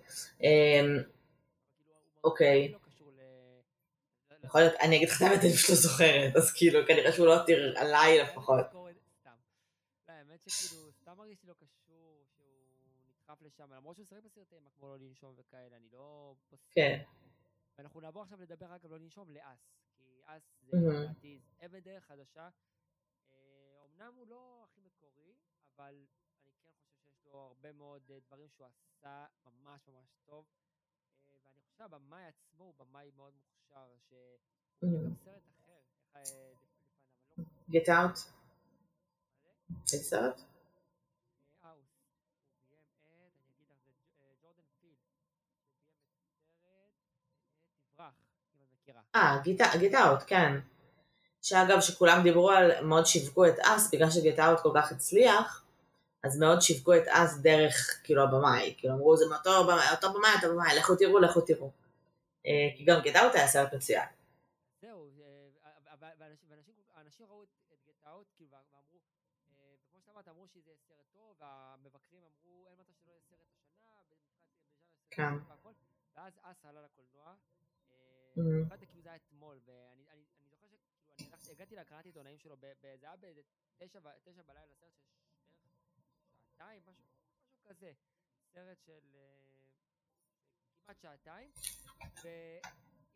אוקיי. יכול להיות, אני אגיד לך את אני פשוט לא זוכרת, אז כאילו, כנראה שהוא לא תיר עליי לפחות. סתם. לא, האמת שכאילו, סתם מרגיש לי לא קשור שהוא נדחף לשם, למרות שהוא שחק בסרטי אימה כמו לא לנשום וכאלה, אני לא פוסק. כן. ואנחנו נעבור עכשיו לדבר רק על לא לנשום לאס, כי אס זה לדעתי אבן דרך חדשה. אמנם הוא לא הכי מקורי, אבל אני כן חושב שיש לו הרבה מאוד דברים שהוא עשה ממש ממש טוב. ואני חושב שהבמאי עצמו הוא במאי מאוד מוכשר, שהוא יהיה גם סרט אחר, לפניו. Get Out? איזה סרט? אה, הוא ביים את, אני אגיד לך, זה ג'ורדן פיל, שביים את סרט תברח, אם את מכירה. אה, Get Out, כן. שאגב, שכולם דיברו על, מאוד שיווקו את אס, בגלל ש-Get Out כל כך הצליח, אז מאוד שיווקו את אס דרך, כאילו, הבמאי, כאילו, אמרו, זה מאותו במאי, אותו במאי, אותו במאי, לכו תראו, לכו תראו. כי גם Get Out היה סרט מצוין. זהו, ואנשים ראו את Get Out, כאילו, ואמרו, וכמו שאתה אמרת, אמרו שזה סרט טוב, והמבקרים אמרו, אין מצב שלא יהיה סרט השנה, כן. ואז אס עלה לקולנוע, ואתה כאילו זה היה אתמול, ואני זוכר שכאילו, אני הגעתי להקראת עיתונאים שלו, זה היה בתשע בלילה, סרט של שעתיים, משהו כזה, סרט של כמעט שעתיים,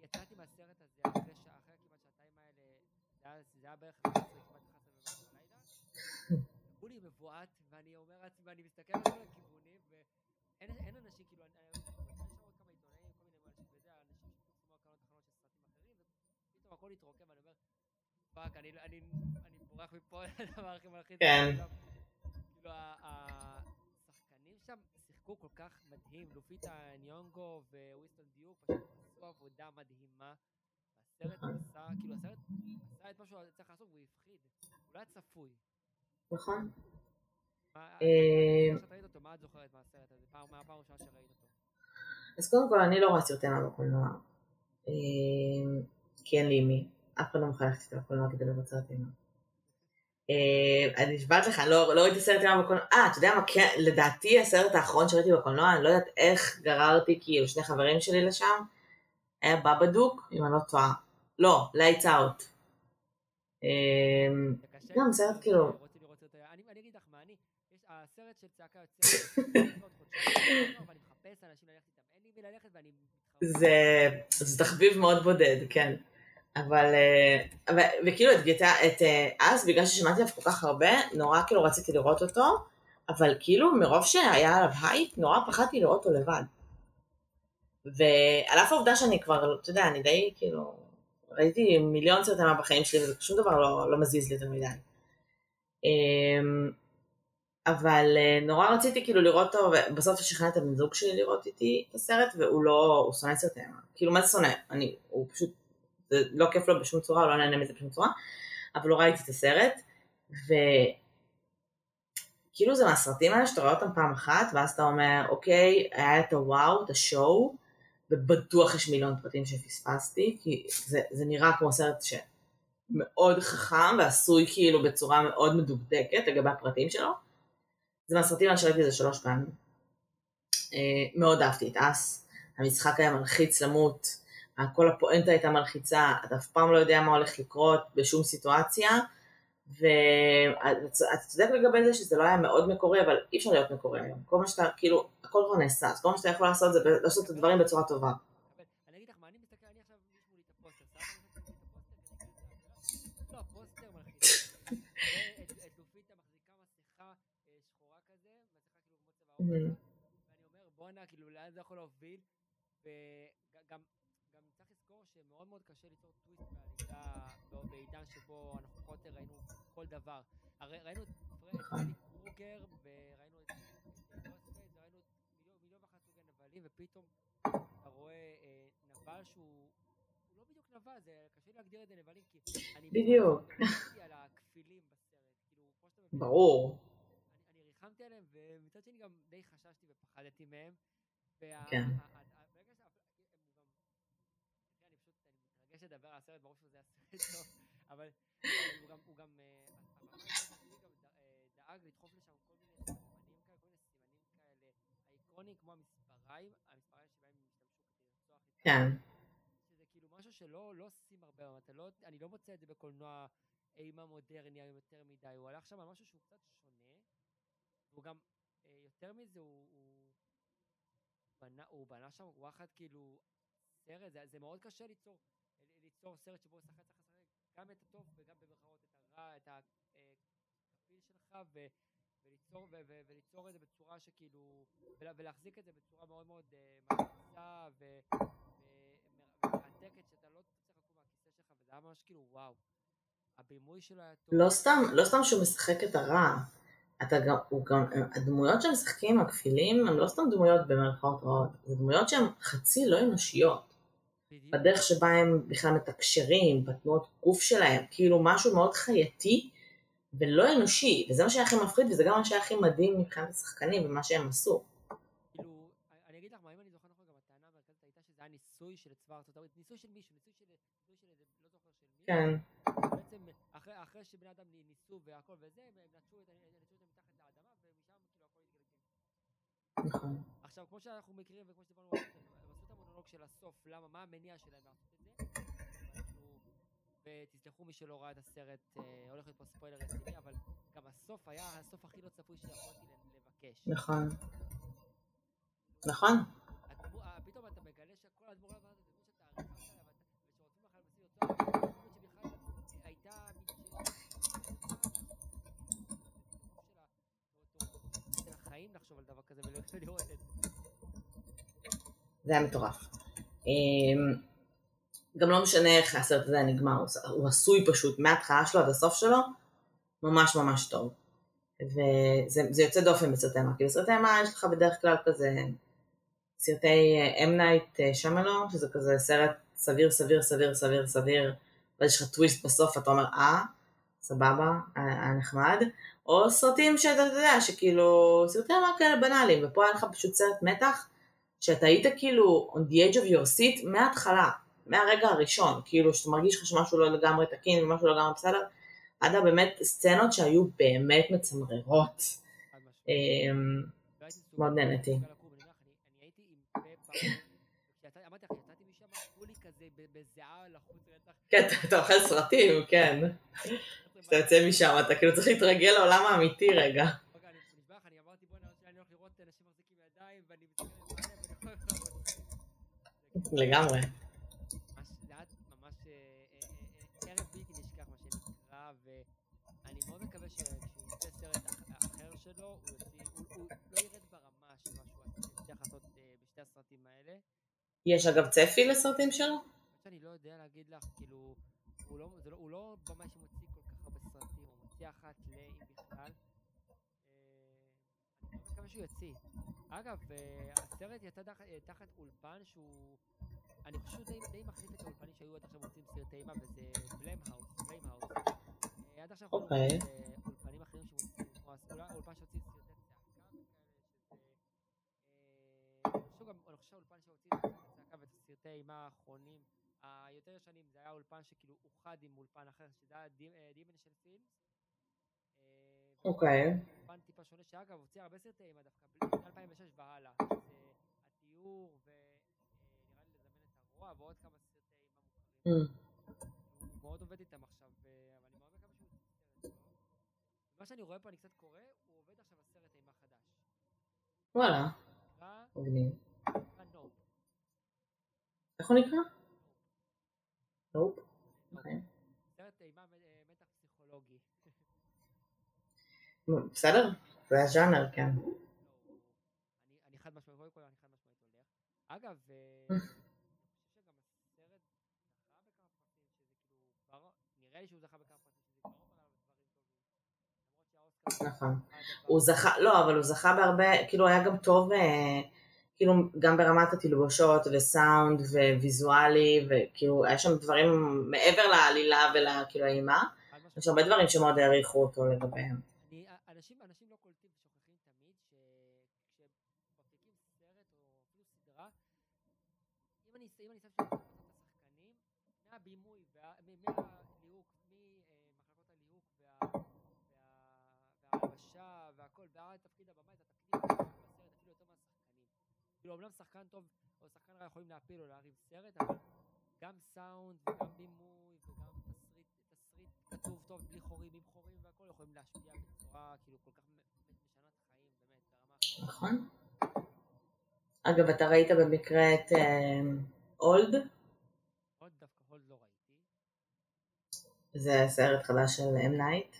יצאתי מהסרט הזה אחרי שעה, אחרי כמעט שעתיים האלה, זה היה בערך כמעט אחת עשרה בלילה, הוא לי מבועת, ואני אומר לעצמי, ואני מסתכל על כל הכיוונים, ואין אנשים, כאילו, אני יש שם עוד כמה עיתונאים, כל מיני אנשים, וזה, אנשים שפרסמו הקרנות תחנות של סרטים אחרים, ופתאום הכל התרוקם, ואני אומר, פאק, אני בורח מפה, הדבר הכי מלחיץ. כן. כאילו, השחקנים שם שיחקו כל כך מדהים, לופיטה ניונגו וויסטון דיוק, פשוט עשו עבודה מדהימה. הסרט עשה, כאילו, הסרט עשה את מה שהוא צריך לעשות, והוא הפחיד. הוא לא היה צפוי. נכון. מה שאת ראית אותו, מה את זוכרת מהסרט הזה? מה הפעם ראשונה שראית אותו? אז קודם כל, אני לא רואה סרטי אימה בקולנוע. כי אין לי אימי. אף פעם לא מוכן ללכת איתה בקולנוע כדי לראות סרט אימה. אני נשבעת לך, אני לא ראיתי סרט אימה בקולנוע. אה, אתה יודע מה, לדעתי הסרט האחרון שראיתי בקולנוע, אני לא יודעת איך גררתי כאילו שני חברים שלי לשם, היה בבדוק, אם אני לא טועה. לא, Lights Out. גם סרט כאילו... אני אגיד לך מה, אני, הסרט של צעקה יוצא, ואני מחפש אנשים ללכת איתם, אין לי מי ללכת ואני מתחרט. זה תחביב מאוד בודד, כן. אבל, וכאילו את גיטה, את אז, בגלל ששמעתי עליו כל כך הרבה, נורא כאילו רציתי לראות אותו, אבל כאילו מרוב שהיה עליו הייפ, נורא פחדתי לראות אותו לבד. ועל אף העובדה שאני כבר, אתה יודע, אני די כאילו, ראיתי מיליון סרטים בחיים שלי, וזה שום דבר לא, לא מזיז לי יותר מדי. אבל נורא רציתי כאילו לראות אותו, ובסוף שכנע את הבן זוג שלי לראות איתי את הסרט, והוא לא, הוא שונא סרטים. כאילו מה זה שונא? אני, הוא פשוט, זה לא כיף לו בשום צורה, הוא לא נהנה מזה בשום צורה, אבל לא ראיתי את הסרט, וכאילו זה מהסרטים האלה שאתה רואה אותם פעם אחת, ואז אתה אומר, אוקיי, היה את הוואו, את השואו, ובטוח יש מיליון פרטים שפספסתי, כי זה, זה נראה כמו סרט שמאוד חכם, ועשוי כאילו בצורה מאוד מדוקדקת לגבי הפרטים שלו. זה מהסרטים האלה שראיתי זה שלוש פעמים. מאוד אהבתי את אס, המשחק היה מלחיץ למות, כל הפואנטה הייתה מלחיצה, אתה אף פעם לא יודע מה הולך לקרות בשום סיטואציה, ואתה צודק לגבי זה שזה לא היה מאוד מקורי, אבל אי אפשר להיות מקורי היום. כל מה שאתה, כאילו, הכל כבר נעשה, אז כל מה שאתה יכול לעשות זה לעשות את הדברים בצורה טובה. אני אגיד לך מה, אני מסתכל, אני עכשיו מישהו לי את הפוסטר, סבא, לא, הפוסטר מלחיץ. את לופיטה מחזיקה מסכה שחורה כזה, מסכה כאילו כמו צבע אור, ואני אומר, בואנה, כאילו, לאן זה יכול להוביל, וגם צריך לזכור שמאוד מאוד קשה ליצור טוויסט בעלילה, בעידן שבו אנחנו פחות ראינו כל דבר. הרי ראינו את פרדי קרוגר, וראינו את דוספייס, וראינו מיליון ואחת סוגי נבלים, ופתאום אתה רואה נבל שהוא לא בדיוק נבל, זה קשה להגדיר את זה נבלים, כי אני בדיוק. ריחמתי על הכפילים בסרט, כאילו, כמו שאתה מבין. ברור. אני ריחמתי עליהם, ומצד שני גם די חששתי ופחדתי מהם. כן. יש לדבר על הסרט, ברור שזה הסרט טוב, אבל הוא גם, הוא גם, דאג לדחוף לשם כל מיני סימנים כאלה, כל מיני סימנים כאלה, האיקונים כמו המספריים, המספריים שבהם משתמשו כדי לרצוח את כן. שזה כאילו משהו שלא, לא עושים הרבה, אני לא מוצא את זה בקולנוע אימה מודרני יותר מדי, הוא הלך שם על משהו שהוא קצת שונה, והוא גם, יותר מזה, הוא, הוא בנה שם וואחד כאילו סרט, זה מאוד קשה ליצור, ליצור סרט שבו שחקן צריך לשחק גם את הטוב וגם במרכאות את הרע, את הכפיל שלך, וליצור, וליצור את זה בצורה שכאילו, ולהחזיק את זה בצורה מאוד מאוד מרצה ומרתקת, שאתה לא צריך לקום מהכיסא שלך, וזה היה ממש כאילו וואו, הבימוי שלו היה טוב. לא סתם, לא סתם שהוא משחק את הרע, אתה גם, הוא גם, הדמויות שהם משחקים, הכפילים, הם לא סתם דמויות במרכאות רעות, זה דמויות שהן חצי לא אנושיות. בדרך שבה הם בכלל מתקשרים, בתנועות גוף שלהם, כאילו משהו מאוד חייתי ולא אנושי, וזה מה שהיה הכי מפחיד, וזה גם מה שהיה הכי מדהים מבחינת השחקנים ומה שהם עשו. כאילו, אני אגיד לך מה, אם אני זוכר נכון, גם הטענה המרכזית הייתה שזה היה ניסוי של צבא ארצות הברית, ניסוי של מישהו, ניסוי של, ניסוי של איזה, לא זוכר של מי. כן. בעצם, אחרי, אחרי שבני אדם ניסו והכל וזה, הם נטשו את, נטשו את מתחת לאדמה, ומשם כאילו הכל התגלגל. נכון. עכשיו, כמו שאנחנו מכירים וכמו שדיברנו, הם עשו את המונולוג של הסוף, למה, מה המניע שלהם לעשות את זה? ותסלחו מי שלא ראה את הסרט, הולך להיות פה ספוילר רציני, אבל גם הסוף היה הסוף הכי לא צפוי שיכולתי לבקש. נכון. נכון. פתאום אתה מגלה שכל הדמור הזה, זה דמות שאתה ריחמת עליו, זה היה מטורף. גם לא משנה איך הסרט הזה נגמר, הוא עשוי פשוט מההתחלה שלו עד הסוף שלו, ממש ממש טוב. וזה יוצא דופן בסרטי אימה, כי בסרטי אימה יש לך בדרך כלל כזה סרטי M. Night Shyamalan, שזה כזה סרט סביר, סביר, סביר, סביר, סביר, ויש לך טוויסט בסוף, אתה אומר, אה, סבבה, היה נחמד, או סרטים שאתה יודע, שכאילו, סרטי אימה כאלה בנאליים, ופה היה לך פשוט סרט מתח, שאתה היית כאילו on the edge of your seat מההתחלה, מהרגע הראשון, כאילו שאתה מרגיש לך שמשהו לא לגמרי תקין ומשהו לא לגמרי בסדר, עד באמת סצנות שהיו באמת מצמררות. מאוד נהנתי. כן, אתה אוכל סרטים, כן. אתה יוצא משם, אתה כאילו צריך להתרגל לעולם האמיתי רגע. לגמרי. יש אגב צפי לסרטים שלו? אני לא יודע להגיד לך, כאילו, הוא לא, זה לא, הוא לא במאי שמוציא כל כך הרבה סרטים, הוא מוציא אחת לאם בכלל. אני לא מקווה שהוא יוציא. אגב, הסרט יצא תחת אולפן שהוא, אני חושב די, די מחליף את האולפנים שהיו עד עכשיו מוצאים סרטי אימה, וזה בליימהאוס, בליימהאוס. עד עכשיו אנחנו רואים אולפנים אחרים שמוצאים, או אולפן שהוציא סרטי צעקה, אני חושב האולפן שהוציא צעקה ואת הסרטי אימה האחרונים, היותר שנים, זה היה אולפן שכאילו אוחד עם אולפן אחר, שזה היה דימנשן פילמס. אוקיי. אולפן טיפה שונה, שאגב, הוציא הרבה סרטי אימה דווקא, ב-אלפיים ושש והלאה. זה התיאור, ונראה לי לזמן את הרוע, ועוד כמה סרטי אימה מוכרים. הוא מאוד עובד איתם עכשיו, אבל אני מאוד מקווה שהוא יוציא סרט. מה שאני רואה פה, אני קצת קורא, הוא עובד עכשיו על סרט אימה חדש. וואלה. מגניב. נופ. איך הוא נקרא? נופ. אוקיי. סרט אימה מתח פסיכולוגי. בסדר? זה הז'אנר, כן. אני חד משמעית, קודם כל אני חד משמעית הולך. אגב, אני חושב שגם הסרט זכה בכמה פרסים, שזה כאילו כבר, נראה לי שהוא זכה בכמה פרסים, שזה כבר אומר עליו דברים טובים. נכון. הוא זכה, לא, אבל הוא זכה בהרבה, כאילו היה גם טוב, כאילו גם ברמת התלבושות וסאונד וויזואלי, וכאילו היה שם דברים מעבר לעלילה ולכאילו האימה, יש הרבה דברים שמאוד העריכו אותו לגביהם. אנשים, אנשים לא קולטים ושוכחים תמיד שכשמפיקים סרט או אפילו סדרה, אם אני אם אני שם שם את השחקנים, מהבימוי, מהליהוק, ממחלקות הליהוק וההלבשה והכל, ועד תפקיד הבמה, את התפקידים בסרט אפילו יותר מהשחקנים. כאילו, אומנם שחקן טוב או שחקן רע יכולים להפיל או להריב סרט, אבל גם סאונד וגם בימוי וגם תסריט, תסריט כתוב טוב בלי חורים, עם חורים והכל יכולים להשפיע בצורה כאילו כל כך משנת חיים, באמת, ברמה. נכון. אגב, אתה ראית במקרה את אולד? עוד דווקא הולד לא ראיתי. זה סרט חדש של M. Night.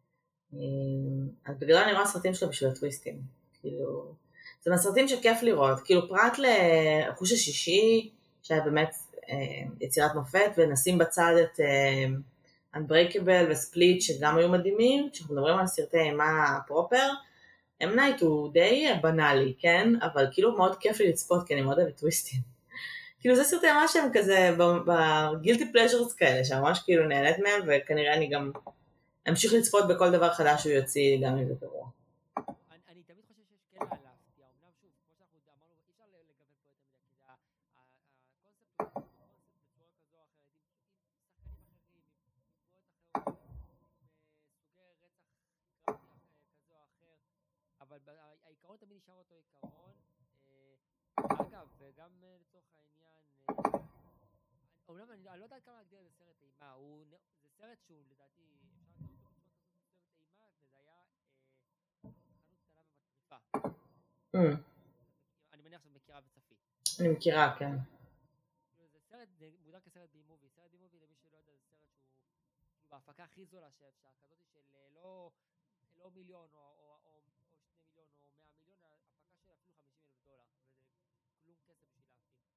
אז בגלל אני רואה סרטים שלו בשביל הטוויסטים. כאילו, זה מהסרטים שכיף לראות. כאילו, פרט לחוש השישי, שהיה באמת יצירת מופת, ונשים בצד את Unbreakable וספליט, שגם היו מדהימים, כשאנחנו מדברים על סרטי אימה פרופר, M. Night הוא די בנאלי, כן? אבל כאילו מאוד כיף לי לצפות, כי אני מאוד אוהבת טוויסטים. כאילו זה סרטי אימה שהם כזה בגילטי פלז'רס כאלה, שממש כאילו נהנית מהם, וכנראה אני גם אמשיך לצפות בכל דבר חדש שהוא יוציא, גם אם זה גרוע. אני תמיד חושב שיש כן להפתיע, אמנם שוב, כמו שאנחנו אמרנו, אי אפשר לגוון פה יותר מדי, כי זה הקונספט הוא קונספט בצורה כזו או אחרת, עם שחקנים אחרים, עם דמויות אחרות, סוגי רצח כזו או אחר, אבל העיקרון תמיד נשאר אותו עיקרון. אגב, וגם לצורך העניין, אומנם אני לא יודע כמה להגדיר את סרט אימה, זה סרט שהוא לדעתי, אפשר לקרוא אותו בצורה כזאת סרט אימה, וזה היה חנות קטנה ומטריפה. אני מניח שאת מכירה וצפית. אני מכירה, כן. זה סרט, זה מוגדר כסרט בי מובי, סרט בי מובי למי שלא יודע, זה סרט שהוא בהפקה הכי זולה שאפשר, כזאת של לא מיליון או שני מיליון או מאה מיליון, ההפקה של אפילו חמישים אלף דולר, וזה כלום כסף בשביל להפיק.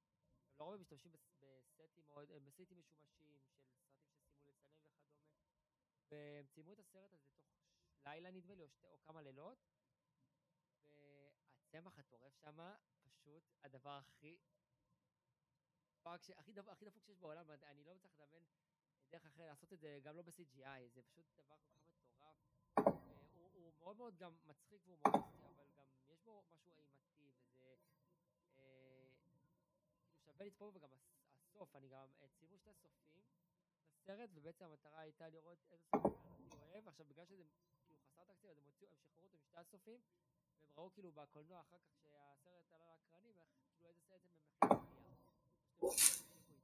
לרוב משתמשים בסטים מאוד, בסטים משומשים של סרטים שסיימו לצלם וכדומה, והם ציימו את הסרט הזה תוך לילה נדמה לי, או, שתי, או כמה לילות, והצמח הטורף שמה, פשוט הדבר הכי הכי דפוק, הכי דפוק שיש בעולם, אני לא מצליח לדמיין דרך אחרת לעשות את זה, גם לא ב-סי ג'י איי, זה פשוט דבר כל כך מטורף, הוא, הוא מאוד מאוד גם מצחיק והוא מוריסטי, אבל גם יש בו משהו אימתי, וזה אה, כאילו שווה לצפות, וגם הסוף, אני גם ציימו שתי סופים בסרט, ובעצם המטרה הייתה לראות איזה סוף אני אוהב, עכשיו בגלל שזה כאילו חסר תקציב, אז הם הוציאו, הם שחררו אותו משתי הסופים, והם ראו כאילו בקולנוע אחר כך שהסרט עלה לאקרנים, כאילו איזה סרט הם מכירים.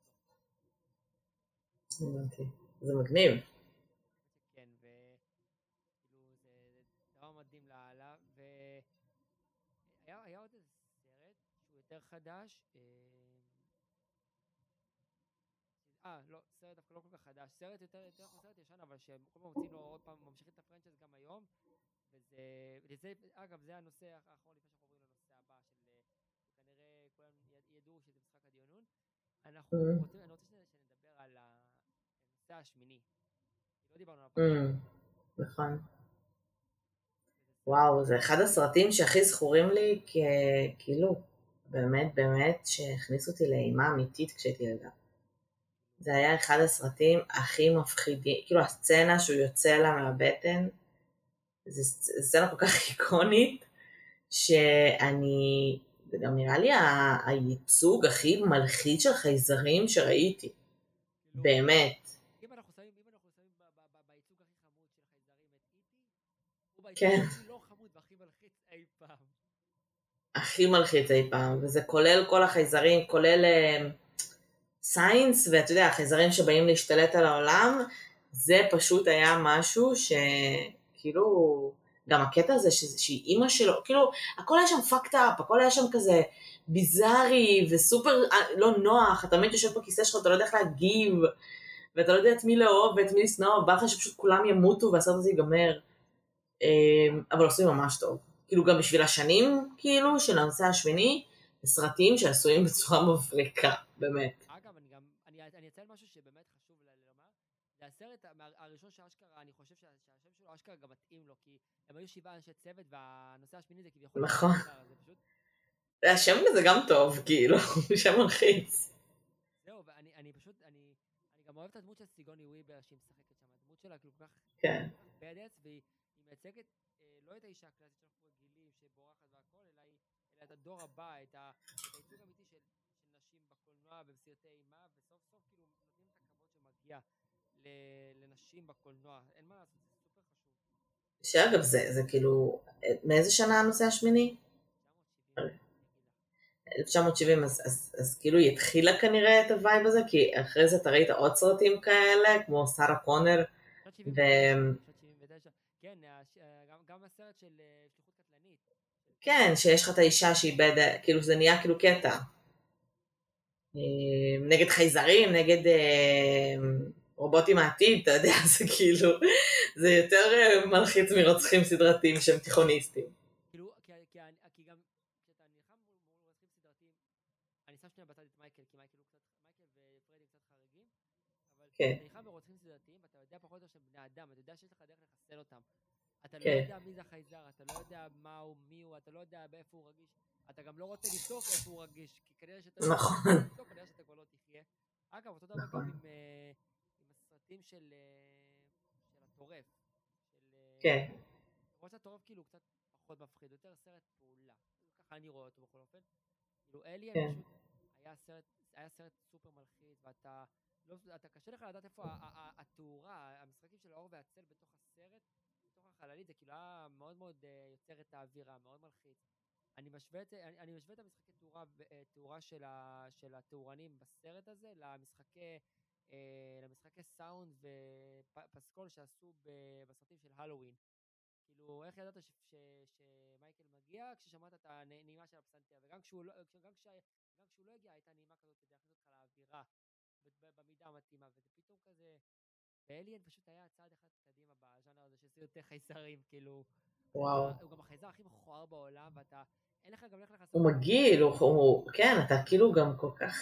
זה מגניב. כן, וכאילו זה דבר מדהים לעלה, והיה עוד איזה סרט שהוא יותר חדש, אה, לא, סרט דווקא לא כל כך חדש, סרט יותר, יותר סרט ישן, אבל שכל פעם מוצאים לו עוד פעם, ממשיכים את הפרנצ'ייז גם היום, וזה, וזה, אגב, זה הנושא האחרון לפני שאנחנו עוברים לנושא הבא, של, שכנראה כולם ידעו שזה משחק הדיונון, אנחנו רוצים, אני רוצה שנדבר על הנושא השמיני, לא דיברנו על הפרנצ'ייז. נכון. וואו, זה אחד הסרטים שהכי זכורים לי, כאילו, באמת, באמת, שהכניסו אותי לאימה אמיתית כשהייתי ילדה. זה היה אחד הסרטים הכי מפחידים, כאילו הסצנה שהוא יוצא לה מהבטן, זו סצנה כל כך איקונית, שאני, זה גם נראה לי הייצוג הכי מלחיץ של חייזרים שראיתי, באמת. אם אנחנו שמים בייצוג הכי חמוד של חייזרים את איטי, הוא בייצוג לא חמוד והכי מלחיץ אי פעם. הכי מלחיץ אי פעם, וזה כולל כל החייזרים, כולל סיינס, ואתה יודע, החייזרים שבאים להשתלט על העולם, זה פשוט היה משהו שכאילו, גם הקטע הזה שהיא אימא שלו, כאילו, הכל היה שם fucked up, הכל היה שם כזה ביזארי וסופר לא נוח, אתה תמיד יושב בכיסא שלך, אתה לא יודע איך להגיב, ואתה לא יודע את מי לאהוב ואת מי לסנוע, ובא לך שפשוט כולם ימותו והסרט הזה ייגמר, אבל עושים ממש טוב. כאילו גם בשביל השנים, כאילו, של הנושא השמיני, סרטים שעשויים בצורה מבריקה, באמת. אגב, אני גם, אני, אני אציין משהו שבאמת חשוב לומר, זה הסרט הראשון שאשכרה, אני חושב שהשם שלו אשכרה גם מתאים לו, כי הם היו שבעה אנשי צוות, והנושא השמיני זה כביכול... נכון. השם לזה גם טוב, כאילו, שם מלחיץ. זהו, ואני אני פשוט, אני, אני גם אוהב את הדמות של סיגוני וויבר, שהיא משחקת שם, הדמות שלה כאילו כל כך... כן. בדס, והיא מייצגת לא את האישה הקלאסית שאנחנו רגילים, שבורחת והכל, אלא, אלא את הדור הבא, את, ה, את הייצוג האמיתי של, של נשים בקולנוע ובסרטי אימה, וסוף סוף כאילו נותנים את הכבוד שמגיע לנשים בקולנוע. אין מה לעשות, זה סופר חשוב. שאגב, זה, זה כאילו, מאיזה שנה הנושא השמיני? אלף תשע מאות שבעים, אז, אז, אז כאילו היא התחילה כנראה את הווייב הזה, כי אחרי זה אתה ראית עוד סרטים כאלה, כמו סארה קונר, ו... כן, גם, גם הסרט של שליחות קטלנית. כן, שיש לך את האישה שהיא בד... כאילו זה נהיה כאילו קטע. נגד חייזרים, נגד רובוטים העתיד, אתה יודע, זה כאילו, זה יותר מלחיץ מרוצחים סדרתיים שהם תיכוניסטים. כאילו, כי, כי, כי גם, כשאתה נלחם מול רוצחים סדרתיים, אני שם שנייה בצד את מייקל, כי מייקל הוא קצת, מייקל ופרדי קצת חריגים, אבל אתה נלחם ברוצחים סדרתיים, ואתה יודע פחות או שהם בני אדם, אתה יודע שיש לך דרך לחסל אותם. אתה לא יודע מי זה החייזר, אתה לא יודע מה הוא, מי הוא, אתה לא יודע באיפה הוא רגיש, אתה גם לא רוצה לבדוק איפה הוא רגיש, כי כנראה שאתה לא רוצה לבדוק, כנראה שאתה כבר לא תחיה. אגב, אותו דבר גם עם הסרטים של הטורף. כן. למרות שהטורף כאילו קצת פחות מפחיד, יותר סרט פעולה, ככה אני רואה אותו בכל אופן. כאילו אליאן פשוט היה סרט סופר מלחיץ, ואתה, אתה קשה לך לדעת איפה התאורה, המשחקים של האור והצל בתוך הסרט, בתוך החללית, זה כאילו היה מאוד מאוד יוצר את האווירה, מאוד מלחיץ. אני משווה את, אני, אני משווה את המשחקי תאורה, תאורה של, ה, של התאורנים בסרט הזה, למשחקי, אה, למשחקי סאונד ופסקול שעשו בסרטים של הלואוין. כאילו, איך ידעת ש, ש, שמייקל מגיע כששמעת את הנעימה של הפסנתר, וגם כשהוא לא, גם כשה, גם כשהוא לא הגיע, הייתה נעימה כזאת כדי להכניס אותך לאווירה, במידה המתאימה, וזה פתאום כזה, באליאן פשוט היה צעד אחד קדימה בז'אנר הזה של סרטי חייזרים, כאילו, וואו. הוא גם החייזר הכי מכוער בעולם, ואתה, אין לך גם לך לחסות. הוא מגעיל, הוא, הוא, כן, אתה כאילו גם כל כך,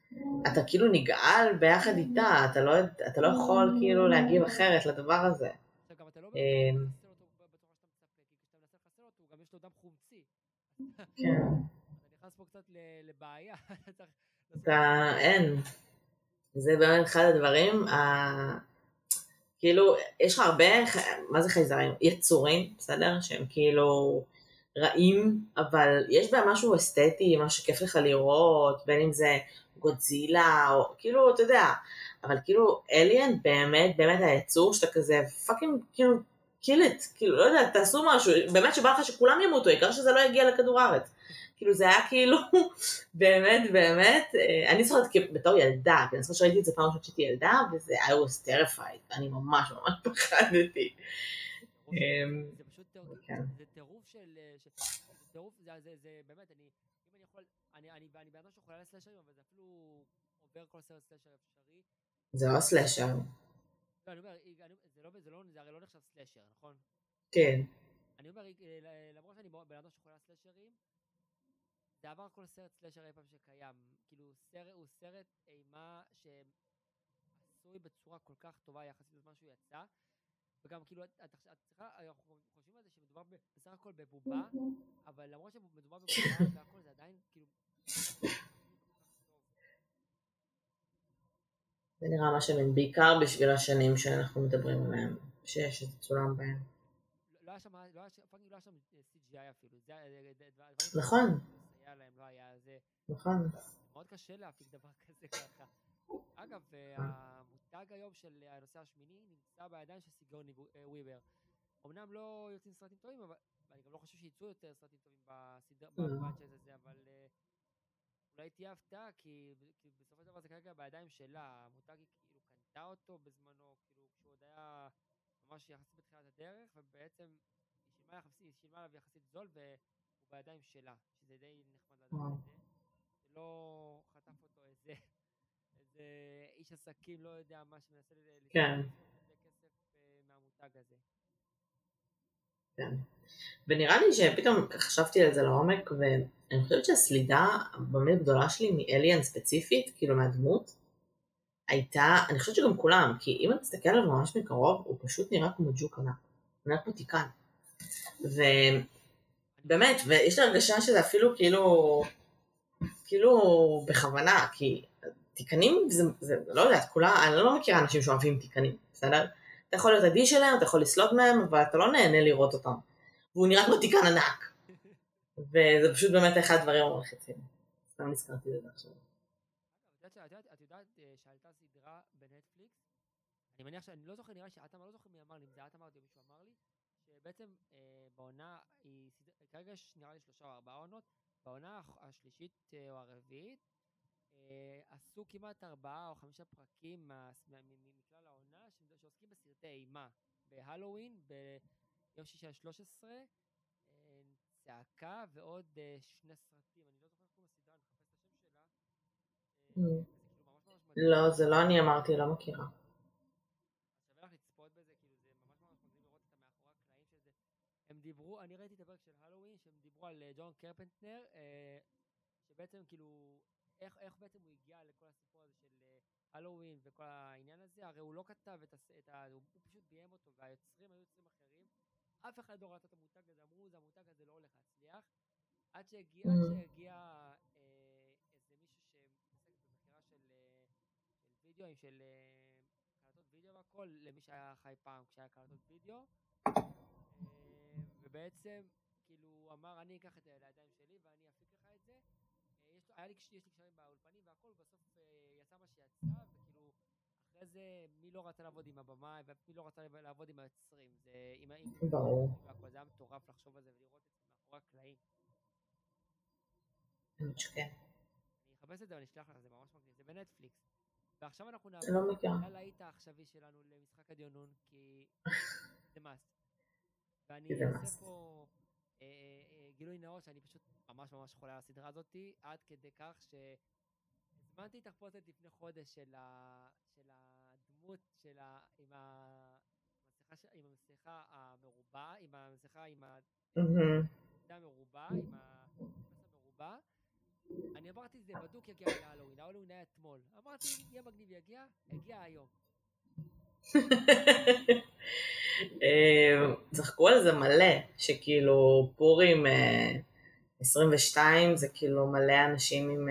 אתה כאילו נגעל ביחד איתה, אתה לא, אתה לא יכול כאילו להגיב אחרת לדבר הזה. עכשיו גם אתה לא באמת יכול לחסל אותו בצורה שאתה מצפה, כי כשאתה מנסה לחסל אותו, גם יש לו דם חומצי. כן. אתה נכנס פה קצת לבעיה. אתה, אין. זה באמת אחד הדברים, כאילו, יש לך הרבה, מה זה חייזרים? יצורים, בסדר? שהם כאילו רעים, אבל יש בהם משהו אסתטי, משהו שכיף לך לראות, בין אם זה גודזילה, או כאילו, אתה יודע, אבל כאילו, אליאן באמת, באמת היצור שאתה כזה, פאקינג, כאילו, קילט, כאילו, לא יודע, תעשו משהו, באמת שבא לך שכולם ימותו, העיקר שזה לא יגיע לכדור הארץ. כאילו זה היה כאילו, באמת, באמת, אני זוכרת בתור ילדה, כי אני זוכרת שראיתי את זה פעם ראשונה כשהייתי ילדה, וזה I was terrified, אני ממש ממש פחדתי. זה פשוט זה טירוף של, זה טירוף, זה באמת, אני, אם אני יכול, אני באדם שיכולה לסלשרים, אבל זה אפילו עובר כל סרט סלשר אפשרי. זה לא סלשר. לא, אני אומר, זה הרי לא נחשב סלשר, נכון? כן. אני אומר, למרות שאני באדם שיכולה סלשרים, זה עבר כל סרט סלשר אי פעם שקיים, כאילו סרט, הוא סרט אימה שעשוי בצורה כל כך טובה יחסית לזמן שהוא יצא, וגם כאילו את צריכה, אנחנו חושבים על זה שמדובר בסך הכל בבובה, אבל למרות שמדובר בבובה והכל זה עדיין כאילו זה נראה מה שמן, בעיקר בשביל השנים שאנחנו מדברים עליהם, שיש את צולם בהם. לא היה שם, לא היה שם סי ג'י איי אפילו, נכון. לא היה, זה נכון. מאוד קשה להפיק דבר כזה ככה. אגב, המותג היום של הנושא השמיני נמצא בידיים של סיגורני וויבר. אמנם לא יוצאים סרטים טובים, אבל אני גם לא חושב שיצאו יותר סרטים טובים בפרנצ'ייז הזה, אבל אולי תהיה הפתעה, כי בסופו של דבר זה כרגע בידיים שלה. המותג היא כאילו קנתה אותו בזמנו, כאילו כשהוא עוד היה ממש יחסית בתחילת הדרך, ובעצם היא שילמה עליו יחסית זול, והוא בידיים שלה, שזה די נחמד לדעת את זה. שלא חטף אותו איזה איזה איש עסקים, לא יודע מה, שמנסה כן. כסף מהמותג הזה. כן. ונראה לי שפתאום חשבתי על זה לעומק, ואני חושבת שהסלידה באמת גדולה שלי מאליאן ספציפית, כאילו מהדמות, הייתה, אני חושבת שגם כולם, כי אם אתה תסתכל עליו ממש מקרוב, הוא פשוט נראה כמו ג'וק ענק, הוא נראה כמו תיקן. ובאמת, ויש לי הרגשה שזה אפילו כאילו, כאילו בכוונה, כי תיקנים, זה, זה, לא יודעת, כולה, אני לא מכירה אנשים שאוהבים תיקנים, בסדר? אתה יכול להיות עדי שלהם, אתה יכול לסלוט מהם, אבל אתה לא נהנה לראות אותם. והוא נראה כמו תיקן ענק. וזה פשוט באמת אחד הדברים המלחיצים. סתם נזכרתי לזה עכשיו. את יודעת שעלתה סדרה בנטפליקס, אני מניח שאני לא זוכר, נראה שאת אמר, לא זוכר מי אמר לי, אם זה את אמרת או מישהו אמר לי, שבעצם בעונה, כרגע יש נראה לי שלושה או ארבעה עונות, בעונה השלישית או הרביעית, עשו כמעט ארבעה או חמישה פרקים מכלל העונה שעוסקים בסרטי אימה. בהלואוין, ביום שישי ה-שלוש עשרה, צעקה ועוד שני סרטים. אני לא זוכר איך קוראים לסדרה, אני מחפש את השם שלה. לא, זה לא אני אמרתי, לא מכירה. שווה לך לצפות בזה, כאילו זה ממש ממש מגניב לראות את המאחורי הקלעים של זה. הם דיברו, אני ראיתי את הפרק של הלואוין, שהם דיברו על ג'ון קרפנטר, שבעצם כאילו איך, איך בעצם הוא הגיע לכל הסיפור הזה של הלואוין וכל העניין הזה. הרי הוא לא כתב את, הס... את ה... הוא פשוט ביים אותו, והיוצרים היו יוצרים אחרים. אף אחד לא רצה את המותג הזה, אמרו, זה המותג הזה לא הולך להצליח. עד שהגיע, mm. עד שהגיע אה, איזה מישהו שמתעסק במכירה של, של וידאו, של אה, קלטות וידאו והכל, למי שהיה חי פעם כשהיה קלטות וידאו. אה, ובעצם, כאילו, הוא אמר, אני אקח את הידיים שלי ואני אפיק לך את זה. יש, היה לי, יש לי קשרים באולפנים והכל, בסוף יצא מה שיצא, וכאילו, אחרי זה, מי לא רצה לעבוד עם הבמה, ומי לא רצה לעבוד עם היוצרים, זה, עם האם, והכל, זה היה מטורף לחשוב על זה, ולראות את זה מאחורי הקלעים. אני משקע. אני אחפש את זה, ואני אשלח לך, זה ממש מגניב, זה בנטפליקס. ועכשיו אנחנו נעבור ללהיט העכשווי שלנו למשחק הדיונון, כי זה מאסט. ואני אעשה פה... גילוי נאות שאני פשוט ממש ממש חולה על הסדרה הזאת, עד כדי כך שהזמנתי תחפושת לפני חודש של הדמות של עם המסכה המרובע, עם המסכה עם המרובע, עם המסכה המרובע, אני אמרתי, זה בדוק יגיע להלווין, ההלווין היה אתמול. אמרתי, יהיה מגניב יגיע, הגיע היום. צחקו על זה מלא, שכאילו פורים עשרים ושתיים זה כאילו מלא אנשים עם,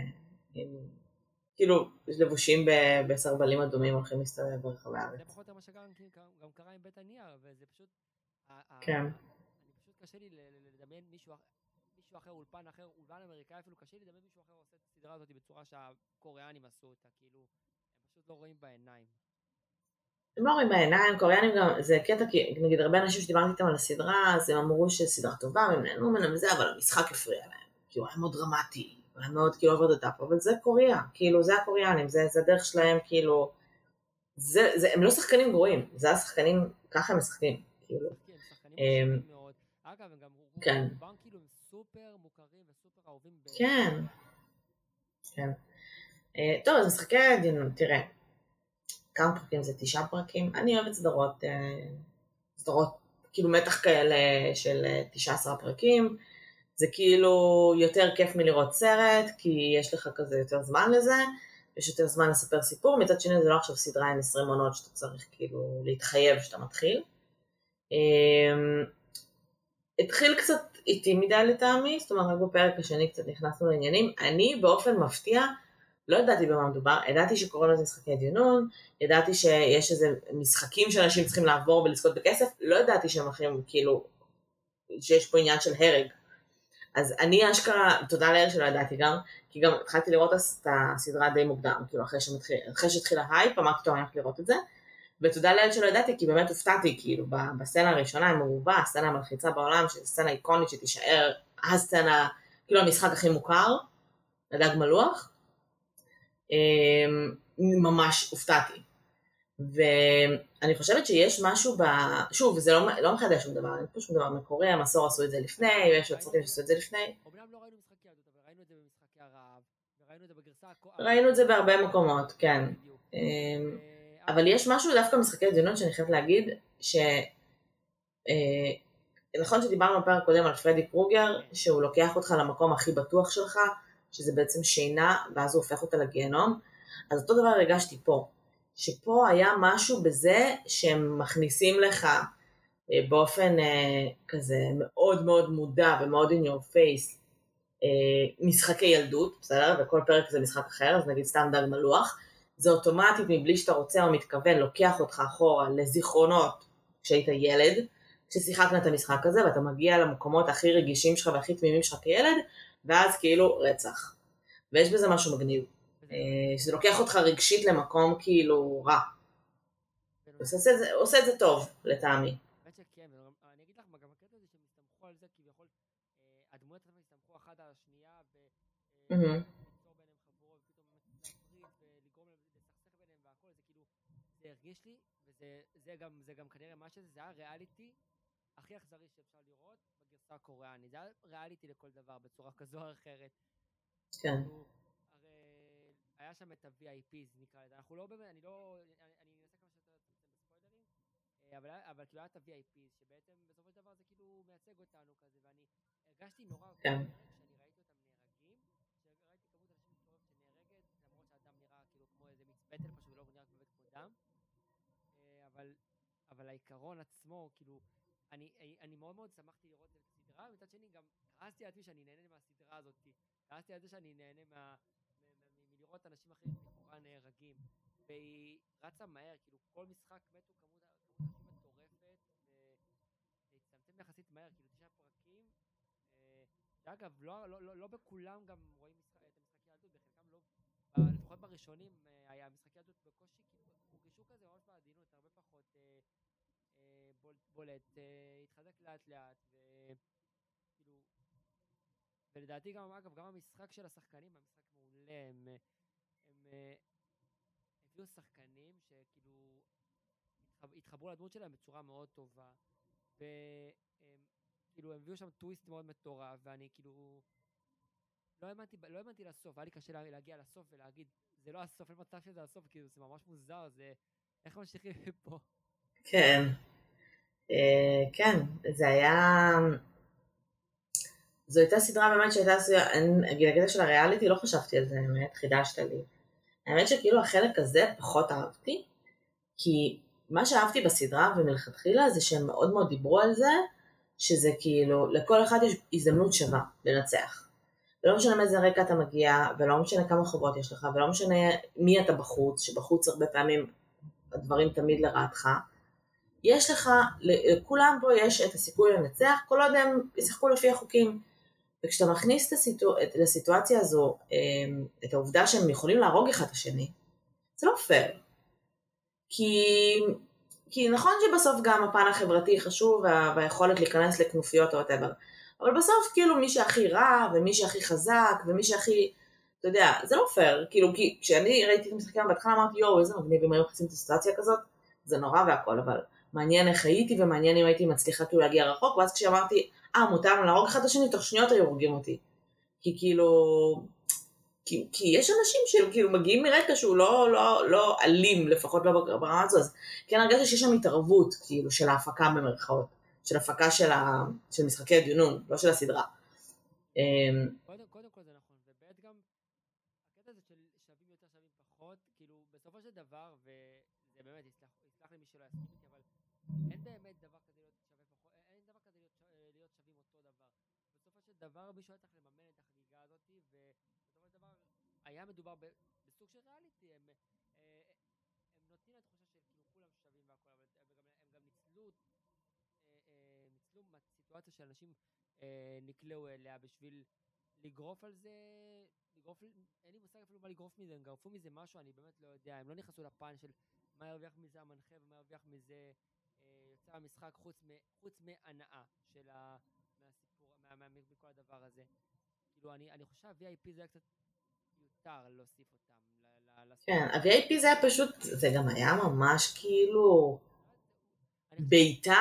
כאילו לבושים בסרבלים אדומים הולכים להסתובב ברחבי הארץ. זה פחות מה שגם קרה עם בית הנייר, וזה פשוט, כן. אני פשוט קשה לי לדמיין מישהו אחר, אולפן אחר, אולפן אמריקאי אפילו, קשה לי לדמיין מישהו אחר עושה את הסדרה הזאת בצורה שהקוריאנים עשו אותה, כאילו, הם פשוט לא רואים בעיניים. הם לא רואים בעיניים, קוריאנים גם, זה קטע, כי נגיד הרבה אנשים שדיברתי איתם על הסדרה, אז הם אמרו שסדרה טובה, הם נהנו ממנה וזה, אבל המשחק הפריע להם, כי הוא היה מאוד דרמטי, הוא היה מאוד כאילו עובר דאפ, אבל זה קוריאה, כאילו זה הקוריאנים, זה, זה הדרך שלהם, כאילו, זה, זה, הם לא שחקנים גרועים, זה השחקנים, ככה הם משחקים, כאילו. הם שחקנים משחקים מאוד, אגב, הם גם כן. רובם כאילו הם סופר מוכרים וסופר אהובים. כן, כן. טוב, אז משחקי הדיון, תראה, כמה פרקים זה? תשעה פרקים? אני אוהבת סדרות, סדרות כאילו מתח כאלה של תשעה עשר פרקים, זה כאילו יותר כיף מלראות סרט, כי יש לך כזה יותר זמן לזה, יש יותר זמן לספר סיפור, מצד שני זה לא עכשיו סדרה עם עשרים עונות שאתה צריך כאילו להתחייב שאתה מתחיל. התחיל קצת איטי מדי לטעמי, זאת אומרת רק בפרק השני קצת נכנסנו לעניינים, אני באופן מפתיע, לא ידעתי במה מדובר, ידעתי שקוראים לזה משחקי דיונון, ידעתי שיש איזה משחקים שאנשים צריכים לעבור ולזכות בכסף, לא ידעתי שהם אחרים, כאילו, שיש פה עניין של הרג. אז אני אשכרה, תודה לאל שלא ידעתי גם, כי גם התחלתי לראות את הסדרה די מוקדם, כאילו אחרי, שמתחיל, אחרי שהתחיל ההייפ, אמרתי טוב, אני הולכת לראות את זה, ותודה לאל שלא ידעתי, כי באמת הופתעתי, כאילו, בסצנה הראשונה, עם מרובה, הסצנה המלחיצה בעולם, שזו סצנה איקונית שתישאר, הסצנה, כאילו המשחק הכי מוכר, לדג מלוח, ממש הופתעתי. ואני חושבת שיש משהו ב... שוב, זה לא, לא מחדש שום דבר, אין פה שום דבר מקורי, המסור עשו את זה לפני, ויש עוד סרטים שעשו את זה לפני. אומנם לא ראינו משחקי יהדות, אבל ראינו את זה במשחקי הרעב, וראינו את זה בגרסה... ראינו את זה בהרבה מקומות, כן. אבל יש משהו דווקא משחקי דיונות שאני חייבת להגיד, ש... נכון שדיברנו בפרק קודם על פרדי קרוגר, שהוא לוקח אותך למקום הכי בטוח שלך, שזה בעצם שינה, ואז הוא הופך אותה לגיהנום. אז אותו דבר הרגשתי פה, שפה היה משהו בזה שהם מכניסים לך באופן כזה מאוד מאוד מודע ומאוד in your face משחקי ילדות, בסדר? וכל פרק זה משחק אחר, אז נגיד סתם דג מלוח, זה אוטומטית מבלי שאתה רוצה או מתכוון, לוקח אותך אחורה לזיכרונות כשהיית ילד, כששיחקת את המשחק הזה, ואתה מגיע למקומות הכי רגישים שלך והכי תמימים שלך כילד, ואז כאילו רצח. ויש בזה משהו מגניב. שזה לוקח אותך רגשית למקום כאילו רע. עושה את זה טוב, לטעמי. באמת שכן, אני אגיד לך, גם הקטע הזה שהם הסתמכו על זה, כביכול, הדמויות האלה הסתמכו אחת על השנייה, וליצור ביניהם חבורות, ופתאום להפריד, ולגרום לסכסך ביניהם והכל, זה כאילו, זה הרגיש לי, וזה גם כנראה מה שזה, זה היה ריאליטי הכי אכזרי שאפשר לראות בגרסה הקוריאנית. זה היה ריאליטי לכל דבר, בצורה כזו או אחרת. כן. היה שם את ה-וי איי פיז נקרא לזה, אנחנו לא באמת, אני לא, אני אנסה כמה שיותר בספוילרים, אבל, אבל כאילו היה את ה-וי איי פיז, שבעצם בסופו של דבר זה כאילו מייצג אותנו כזה, ואני הרגשתי נורא, כן. כשאני ראיתי אותם נהרגים, כשראיתי כמות אנשים מסתובב שנהרגת, למרות שהאדם נראה כאילו כמו איזה מצפתל פשוט ולא נראה כמו בית כמו דם, אבל, אבל העיקרון עצמו, כאילו, אני, אני מאוד מאוד שמחתי לראות את הסדרה, ומצד שני גם כעסתי על עצמי שאני נהנה מהסדרה הזאת, כעסתי על זה שאני נהנה מה... לראות אנשים אחרים לכאורה נהרגים, והיא רצה מהר, כאילו כל משחק מתו כמות אנשים מטורפת, והצטמצם יחסית מהר, כאילו תשעה פרקים, שאגב, לא, לא, לא, לא בכולם גם רואים משחק, את המשחקי ילדות, בחלקם לא, לפחות בראשונים, היה משחקי ילדות בקושי, כאילו הורגשו כזה ממש בעדינות, הרבה פחות בול, בולט, התחזק לאט לאט, וכאילו, ולדעתי גם, אגב, גם המשחק של השחקנים, המשחק מעולה, הם, הם הביאו שחקנים שכאילו התחברו לדמות שלהם בצורה מאוד טובה, וכאילו הם הביאו שם טוויסט מאוד מטורף, ואני כאילו לא האמנתי, לא האמנתי לסוף, היה לי קשה להגיע לסוף ולהגיד, זה לא הסוף, אין מצב שזה הסוף, כאילו זה ממש מוזר, זה איך ממשיכים פה. כן, כן, זה היה... זו הייתה סדרה באמת שהייתה, אני אגיד של הריאליטי, לא חשבתי על זה, באמת חידשת לי. האמת שכאילו החלק הזה פחות אהבתי, כי מה שאהבתי בסדרה ומלכתחילה זה שהם מאוד מאוד דיברו על זה, שזה כאילו לכל אחד יש הזדמנות שווה לנצח. ולא משנה מאיזה רקע אתה מגיע, ולא משנה כמה חובות יש לך, ולא משנה מי אתה בחוץ, שבחוץ הרבה פעמים הדברים תמיד לרעתך. יש לך, לכולם פה יש את הסיכוי לנצח, כל עוד הם ישחקו לפי החוקים. וכשאתה מכניס את הסיטואציה, לסיטואציה הזו, את העובדה שהם יכולים להרוג אחד את השני, זה לא פייר. כי, כי נכון שבסוף גם הפן החברתי חשוב, וה, והיכולת להיכנס לכנופיות או whatever, אבל בסוף כאילו מי שהכי רע, ומי שהכי חזק, ומי שהכי, אתה יודע, זה לא פייר. כאילו, כי כשאני ראיתי את המשחקים בהתחלה, אמרתי, יואו, איזה מגניב אם היו מכניסים את הסיטואציה כזאת, זה נורא והכל, אבל מעניין איך הייתי, ומעניין אם הייתי מצליחה כאילו להגיע רחוק, ואז כשאמרתי, אה, מותר לנו להרוג אחד את השני, תוך שניות היו הורגים אותי. כי כאילו, כי, כי יש אנשים שכאילו מגיעים מרקע שהוא לא, לא, לא אלים, לפחות לא ברמה הזו, אז כן הרגשתי שיש שם התערבות, כאילו, של ההפקה במרכאות, של הפקה של, ה, של משחקי הדיונון, לא של הסדרה. קודם, קודם כל זה נכון, ובאמת גם, הקטע הזה של שווים יותר שווים פחות, כאילו, בסופו של דבר, וזה באמת, יסלח, יסלח לי מי שלא יסכים איתי, אבל אין באמת דבר כזה להיות שווה פחות, אין דבר כזה להיות, להיות שווים אותו דבר. בסופו של דבר, מישהו היה צריך לממן את החגיגה הזאת, ובסופו של דבר, היה מדובר בסוג של ריאליטי, הם, הם נותנים את התחושה של כאילו כולם שווים והכל, אבל הם גם, הם גם ניצלו, ניצלו סיטואציה שאנשים נקלעו אליה בשביל לגרוף על זה, לגרוף, אין לי מושג אפילו מה לגרוף מזה, הם גרפו מזה משהו, אני באמת לא יודע, הם לא נכנסו לפן של מה ירוויח מזה המנחה ומה ירוויח מזה יוצא המשחק חוץ, חוץ מהנאה של ה, מהסיפור, מה, מה, מכל הדבר הזה. כאילו אני, אני חושב ה-וי איי פי זה היה קצת יותר להוסיף אותם. כן, ה-וי איי פי זה היה פשוט, זה גם היה ממש כאילו ביתה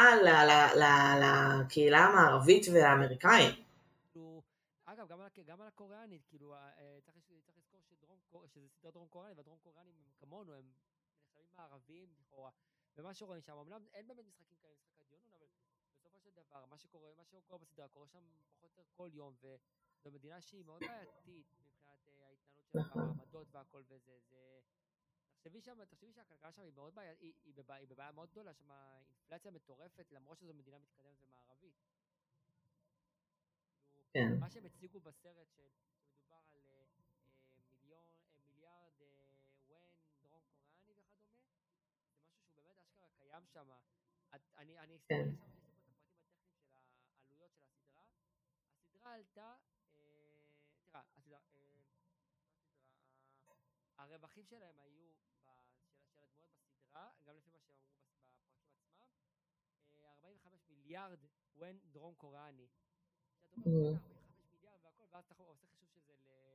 לקהילה המערבית והאמריקאים. אגב, גם על, גם על הקוריאנית, כאילו, צריך, צריך לזכור שדרום, שזה סדרה דרום קוריאנית, והדרום קוריאנים הם כמונו, הם נחשבים מערביים לכאורה, ומה שרואים שם, אמנם אין באמת משחקים כאלה, משחק הדיונון, אבל בסופו של דבר, מה שקורה, מה שקורה בסדרה, קורה שם פחות או יותר כל יום, וזו מדינה שהיא מאוד בעייתית, מבחינת ההתנהלות של המעמדות והכל וזה, זה... תחשבי שם, תחשבי שהכלכלה שם היא מאוד בעיה, היא, היא, בבעיה, היא בבעיה מאוד גדולה, שם אינפלציה מטורפת, למרות שזו מדינה מתקדמת ומערבית. כן. מה שהם הציגו בסרט שמדובר על אה, מיליון, אה, מיליארד אה, ון דרום קוריאני וכדומה, זה משהו שהוא באמת אשכרה קיים שם. אני, אני אסתכל שם, יש לי פה את הפרטים הטכניים של העלויות של הסדרה. הסדרה עלתה, אה, תראה, הסדרה, אה, הסדרה, הרווחים שלהם היו של, של הדמויות בסדרה, גם לפי מה שהם אמרו בפרקים עצמם, ארבעים וחמישה מיליארד ון דרום קוריאני. שאתה אומר, ארבעים וחמישה מיליארד והכל, ואז אתה עושה חישוב שזה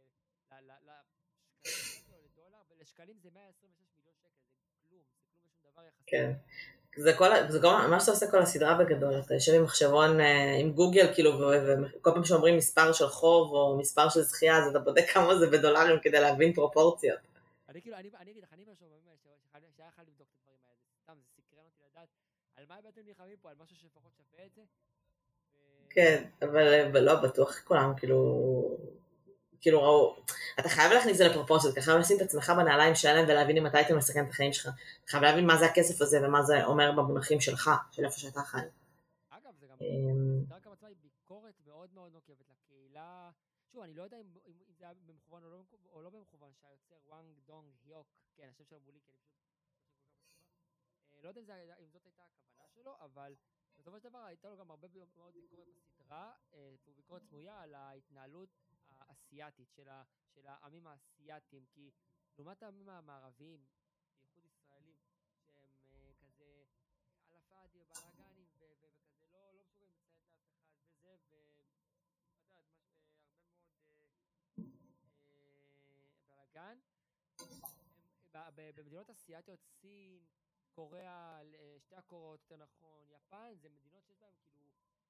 לשקלים או לדולר, ולשקלים זה מאה עשרים ושש מיליון שקל, זה כלום, זה כלום ושום דבר יחסי. כן. זה כל, זה כל, מה שאתה עושה כל הסדרה בגדול, אתה יושב עם מחשבון, עם גוגל, כאילו, וכל פעם שאומרים מספר של חוב, או מספר של זכייה, אז אתה בודק כמה זה בדולרים כדי להבין פרופורציות. אני כאילו, אני, אני אגיד לך, אני משהו שהיה יכול לבדוק את הדברים האלה, סתם, זה סקרן אותי לדעת, על מה בעצם נלחמים פה, על משהו שפחות שווה את זה? כן, אבל לא בטוח כולם, כאילו, כאילו ראו, אתה חייב להכניס זה לפרופורציות, אתה חייב לשים את עצמך בנעליים שלהם ולהבין אם אתה היית מסכן את החיים שלך. אתה חייב להבין מה זה הכסף הזה ומה זה אומר במונחים שלך, של איפה שאתה חי. אגב, זה גם, הסדרה גם עצמה היא ביקורת מאוד מאוד נוקבת לקהילה. שוב, אני לא יודע אם זה היה במכוון או לא במכוון, שהיוצר וואנג דונג היוק, כן, השם שלו מולי, כי אני פשוט לא יודע אם זאת הייתה הכוונה שלו, אבל בסופו של דבר הייתה לו גם הרבה מאוד ביקורת בסדרה, וביקורת סמויה על ההתנהלות האסייתית של, ה, של העמים האסייתיים, כי לעומת העמים המערביים, בייחוד ישראלים, שהם uh, כזה על הפאדי ובלאגנים וכזה לא, לא מסוגלים לציית לאף אחד וזה, ואתה יודעת, הרבה מאוד uh, uh, בלאגן. במדינות אסייתיות, סין, קוריאה, שתי הקורות, יותר נכון, יפן, זה מדינות שיש בהן כאילו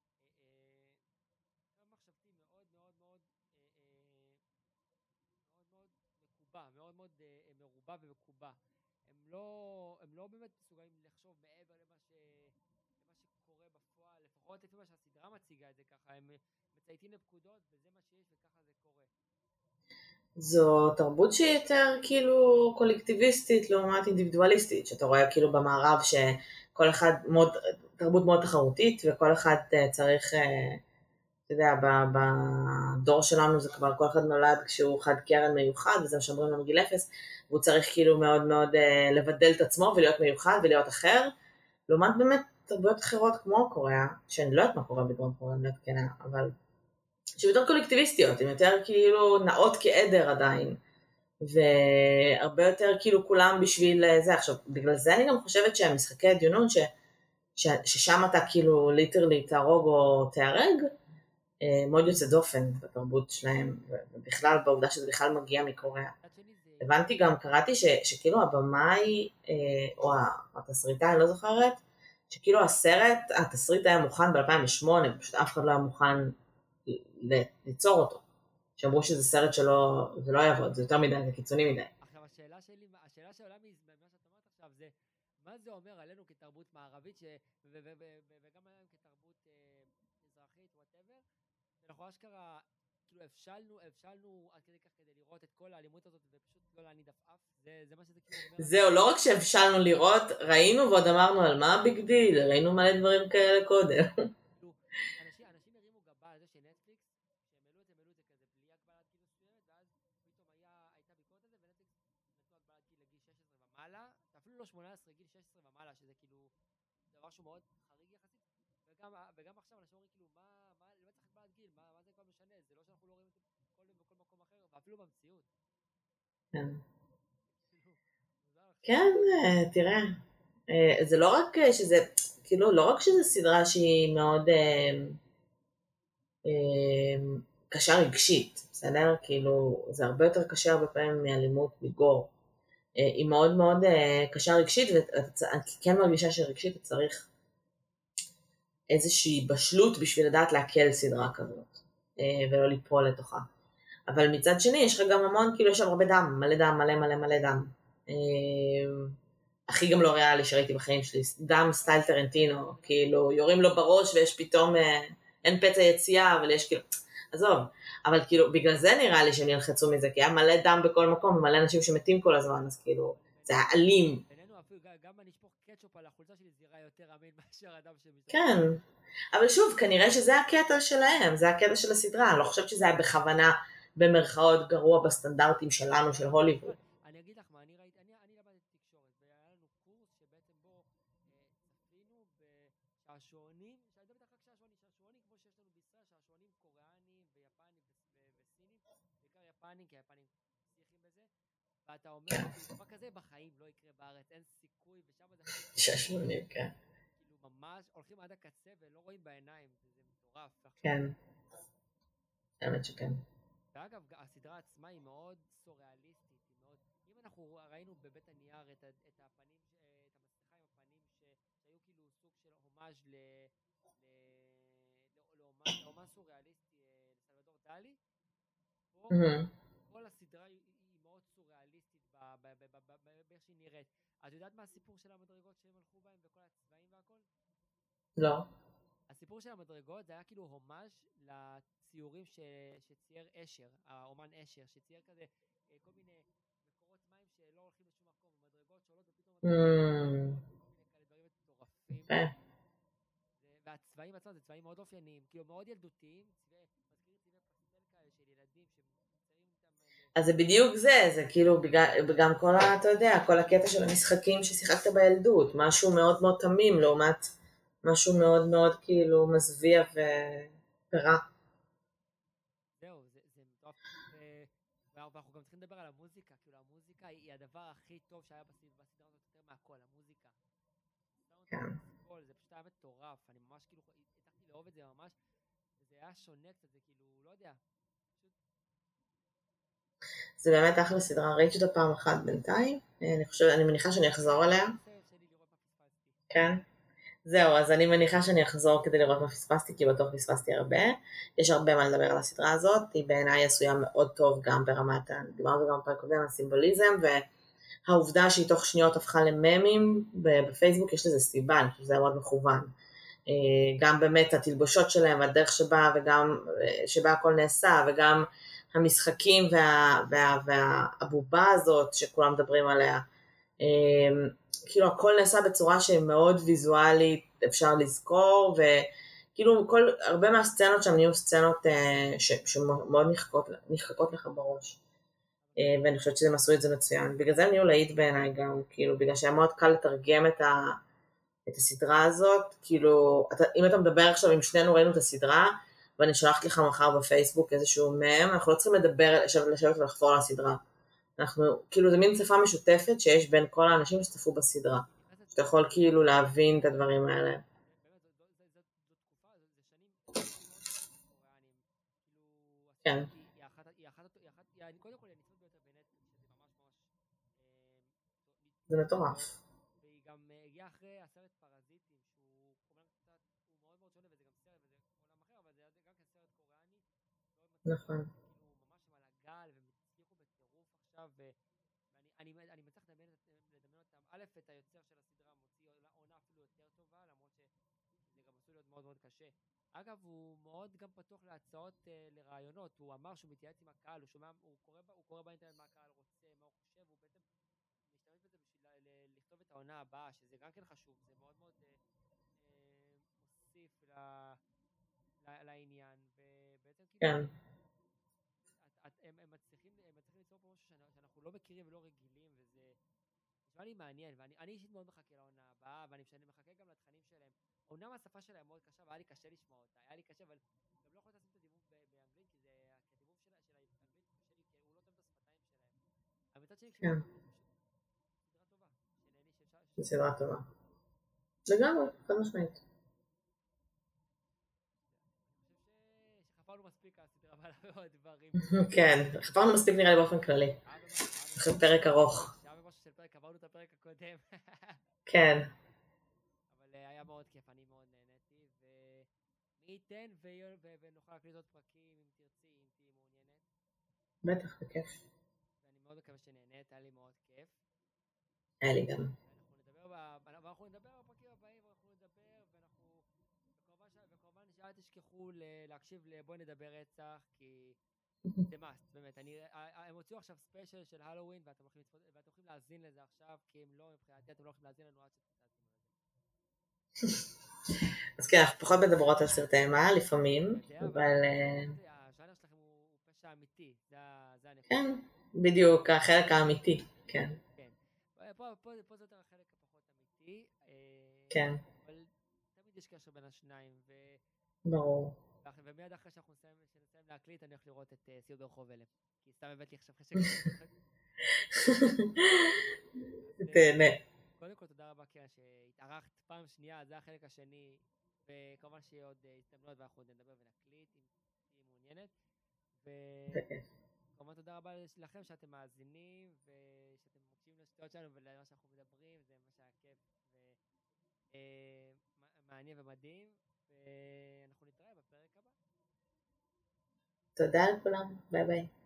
מחשבתי מאוד מאוד מאוד מאוד מאוד מרובה ומקובה. הם לא, הם לא באמת מסוגלים לחשוב מעבר למה ש, למה שקורה בפועל, לפחות לפי מה שהסדרה מציגה את זה ככה, הם מצייתים לפקודות, וזה מה שיש, וככה זה קורה. זו תרבות שהיא יותר כאילו קולקטיביסטית לעומת אינדיבידואליסטית, שאתה רואה כאילו במערב שכל אחד מאוד, תרבות מאוד תחרותית, וכל אחד צריך, אתה יודע, בדור שלנו זה כבר כל אחד נולד כשהוא חד קרן מיוחד, וזה משמרים לו מגיל אפס, והוא צריך כאילו מאוד מאוד לבדל את עצמו ולהיות מיוחד ולהיות אחר, לעומת באמת תרבויות אחרות כמו קוריאה, שאני לא יודעת מה קורה בדרום קוריאה, אני לא יודעת כנה, אבל שהן יותר קולקטיביסטיות, הן יותר כאילו נעות כעדר עדיין, והרבה יותר כאילו כולם בשביל זה. עכשיו, בגלל זה אני גם חושבת שהמשחקי הדיונון, ש, ש, ששם אתה כאילו ליטרלי תהרוג או תהרג, מאוד יוצא דופן בתרבות שלהם, ובכלל בעובדה שזה בכלל מגיע מקוריאה. הבנתי גם, קראתי ש, שכאילו הבמאי, או התסריטה, אני לא זוכרת, שכאילו הסרט, התסריט היה מוכן ב-אלפיים ושמונה, פשוט אף אחד לא היה מוכן ליצור אותו. שאמרו שזה סרט שלא, זה לא יעבוד, זה יותר מדי, זה קיצוני מדי. עכשיו, השאלה שלי, השאלה שעולה ממה שאת אומרת עכשיו, זה מה זה אומר עלינו כתרבות מערבית, וגם עלינו כתרבות אזרחית, whatever, אנחנו אשכרה, כאילו, הבשלנו, הבשלנו עד כדי כך כדי לראות את כל האלימות הזאת, ופשוט לא להניד עפעף, זה מה שזה כאילו אומר. זהו, לא רק שהבשלנו לראות, ראינו ועוד אמרנו על מה ביג דיל, ראינו מלא דברים כאלה קודם. אנשים הרימו גבה על זה שנטפליקס, שהם העלו את זה, העלו את זה כזה בלי הגבלת גיל מסוימת, ואז פתאום הייתה ביקורת על זה, ונטפליקס נתנו הגבלת גיל לגיל שש עשרה ומעלה, אפילו לא שמונה עשרה, גיל שש עשרה ומעלה, שזה כאילו דבר שהוא מאוד חריג יחסית, וגם עכשיו אנשים אומרים כאילו, מה, מה, לא צריך הגבלת גיל, מה זה כבר משנה, זה לא שאנחנו לא רואים את זה בכל מקום אחר, ואפילו במציאות. כן. כן, תראה, זה לא רק שזה, כאילו, לא רק שזה סדרה שהיא מאוד קשה רגשית, בסדר? כאילו, זה הרבה יותר קשה הרבה פעמים מאלימות, מגור. היא מאוד מאוד קשה רגשית, ואני כן מרגישה שרגשית אתה צריך איזושהי בשלות בשביל לדעת להקל סדרה כזאת, ולא ליפול לתוכה. אבל מצד שני, יש לך גם המון, כאילו, יש שם הרבה דם, מלא דם, מלא מלא מלא דם. הכי גם לא ריאלי שראיתי בחיים שלי, דם סטייל טרנטינו, כאילו, יורים לו בראש ויש פתאום, אין פצע יציאה, אבל יש כאילו, עזוב, אבל כאילו, בגלל זה נראה לי שהם ילחצו מזה, כי היה מלא דם בכל מקום, ומלא אנשים שמתים כל הזמן, אז כאילו, זה היה אלים. בינינו אפילו, גם אני אשפוך קטשופ על החולצה שלי, זה יראה יותר אמין מאשר אדם שמשתמש. כן, אבל שוב, כנראה שזה הקטע שלהם, זה הקטע של הסדרה, אני לא חושבת שזה היה בכוונה, במרכאות גרוע בסטנדרטים שלנו, של הוליווד. אני אגיד לך מה, אני ראיתי, אני למדתי תקשורת, והיה לנו קורס שבעצם בו צפינו בשעשועונים, שאני מדבר איתך רק שעשועונים, שעשועונים כמו שיש לנו בישראל, שעשועונים קוריאנים ויפנים וסינים, בעיקר יפנים, כי היפנים צריכים בזה, ואתה אומר, דבר כזה בחיים לא יקרה בארץ, אין סיכוי, ושם זה... שעשועונים, כן. כאילו ממש הולכים עד הקצה ולא רואים בעיניים, זה מטורף. כן, האמת שכן. ואגב, הסדרה עצמה היא מאוד סוריאליסטית, היא מאוד, אם אנחנו ראינו בבית הנייר את, את הפנים, את המסכה עם הפנים שהיו כאילו סוג של הומאז' ל, ל, לאומן סוריאליסטי, לסלבדור דלי, פה כל הסדרה היא מאוד סוריאליסטית באיך שהיא נראית. את יודעת מה הסיפור של המדרגות שהם הלכו בהם וכל הצבעים והכל? לא. הסיפור של המדרגות זה היה כאילו הומאז' לציורים ש... שצייר אשר, האומן אשר, שצייר כזה כל מיני מקורות מים שלא הולכים לשום מקום, מדרגות שעולות ופתאום כאלה דברים מטורפים. והצבעים עצמם זה צבעים מאוד אופייניים, כאילו מאוד ילדותיים, מזכירים צבעי פסטל כאלה של ילדים שמציירים אותם. אז זה בדיוק זה, זה כאילו גם כל, אתה יודע, כל הקטע של המשחקים ששיחקת בילדות, משהו מאוד מאוד תמים לעומת משהו מאוד מאוד כאילו מזוויע ופרה. זהו, זה מטורף, ואנחנו גם צריכים לדבר על המוזיקה, כאילו המוזיקה היא הדבר הכי טוב שהיה בסדרה הזאת יותר מהכל, המוזיקה. זה פשוט היה מטורף, אני ממש כאילו, הצלחתי לאהוב את זה ממש, וזה היה שונה קצת, זה כאילו, לא יודע. זה באמת אחלה סדרה, ראיתי אותה פעם אחת בינתיים, אני חושבת, אני מניחה שאני אחזור עליה. כן. זהו, אז אני מניחה שאני אחזור כדי לראות מה פספסתי, כי בטוח פספסתי הרבה. יש הרבה מה לדבר על הסדרה הזאת, היא בעיניי עשויה מאוד טוב גם ברמת, דיברנו גם פעם קודם על סימבוליזם, והעובדה שהיא תוך שניות הפכה לממים בפייסבוק, יש לזה סיבה, אני חושב שזה היה מאוד מכוון. גם באמת התלבושות שלהם, הדרך שבה וגם שבה הכל נעשה, וגם המשחקים וה, וה, והבובה הזאת שכולם מדברים עליה, כאילו הכל נעשה בצורה שהיא מאוד ויזואלית, אפשר לזכור, וכאילו כל, הרבה מהסצנות שם נהיו סצנות ש, שמאוד נחקות, נחקות לך בראש, ואני חושבת שהם עשו את זה מצוין, בגלל זה הם נהיו להיט בעיניי גם, כאילו בגלל שהיה מאוד קל לתרגם את ה... את הסדרה הזאת, כאילו, אתה, אם אתה מדבר עכשיו, אם שנינו ראינו את הסדרה, ואני שלחת לך מחר בפייסבוק איזשהו מם, אנחנו לא צריכים לדבר, לשבת, לשבת ולחפור על הסדרה. אנחנו, כאילו, זה מין שפה משותפת שיש בין כל האנשים שצפו בסדרה. שאתה יכול כאילו להבין את הדברים האלה. כן. זה מטורף. אחרי הסרט פרזיטים, שהוא אומנם קצת, הוא מאוד מאוד שונה, וזה גם סרט, וזה עולם אחר, אבל זה גם כסרט קוריאני. נכון. כאילו ממש על הגל, והם הצליחו בטירוף עכשיו, ואני אני מצליח לדמיין אותם, א', את היוצר של הסדרה מוציא עונה אפילו יותר טובה, למרות שזה גם עשוי להיות מאוד מאוד קשה. אגב, הוא מאוד גם פתוח להצעות לרעיונות, הוא אמר שהוא מתייעץ עם הקהל, הוא שומע, הוא קורא באינטרנט מה הקהל רוצה, מה הוא חושב, הוא בעצם משתמש בזה בשביל לכתוב את העונה הבאה, שזה גם כן חשוב, זה מאוד מאוד אה, אה, מוסיף ל, ל, לעניין, ובעצם כן. כאילו, את, את, הם, הם מצליחים, הם מצליחים ליצור פה משהו שאנחנו לא מכירים ולא רגילים, וזה נשמע לי מעניין, ואני אישית מאוד מחכה לעונה הבאה, ואני מחכה גם לתכנים שלהם. אומנם השפה שלהם מאוד קשה, והיה לי קשה לשמוע אותה, היה לי קשה, אבל גם לא יכולת לשים את הדיבוב באנגלית, כי זה, הדיבוב של האנגלית קשה לי, כי הוא לא טוב את השפתיים שלהם. אבל מצד שני, כן. סדרה טובה, שנהני, סדרה טובה. לגמרי, חד משמעית. חפרנו מספיק על הסדרה, אבל הרבה דברים. כן, חפרנו מספיק נראה לי באופן כללי. זה פרק ארוך. היה במשהו של פרק, עברנו את הפרק הקודם. כן. אבל היה מאוד כיף, אני מאוד נהניתי, ומי ייתן ונוכל להקליט עוד פרקים אם תרצי, אם תהיי מעוניינת. בטח, בכיף. ואני מאוד מקווה שנהנית, היה לי מאוד כיף. היה לי גם. ואנחנו נדבר בפרקים הבאים, ואנחנו נדבר, ואנחנו, וכמובן שאל תשכחו להקשיב לבואי נדבר רצח, כי זה מאסט, באמת, הם הוציאו עכשיו ספיישל של הלואוין, ואתם הולכים להאזין לזה עכשיו, כי אם לא, מבחינתי אתם לא הולכים להאזין לנו עד שתאזינו לזה. אז כן, אנחנו פחות מדברות על סרטי אימה, לפעמים, אבל... השאלה שלכם הוא פשע אמיתי, זה הנקודה. כן, בדיוק, החלק האמיתי, כן. כן, פה זה יותר החלק הפחות אמיתי. כן. אבל תמיד יש קשר בין השניים, ו... ברור. ומיד אחרי שאנחנו נסיים להקליט, אני הולך לראות את סיוט ברחוב אלף. כי סתם הבאת לי עכשיו חשק. תהנה. קודם כל תודה רבה קרן שהתארחת פעם שנייה, זה החלק השני, וכמובן שיהיה עוד הזדמנות ואנחנו נדבר ונקליט אם תהיי מעוניינת. וכמובן תודה רבה לכם שאתם מאזינים ושאתם מקשיבים לשטויות שלנו ולמה שאנחנו מדברים, זה מה שהיה כיף ומעניין ומדהים, ואנחנו נתראה בפרק הבא. תודה לכולם, ביי ביי.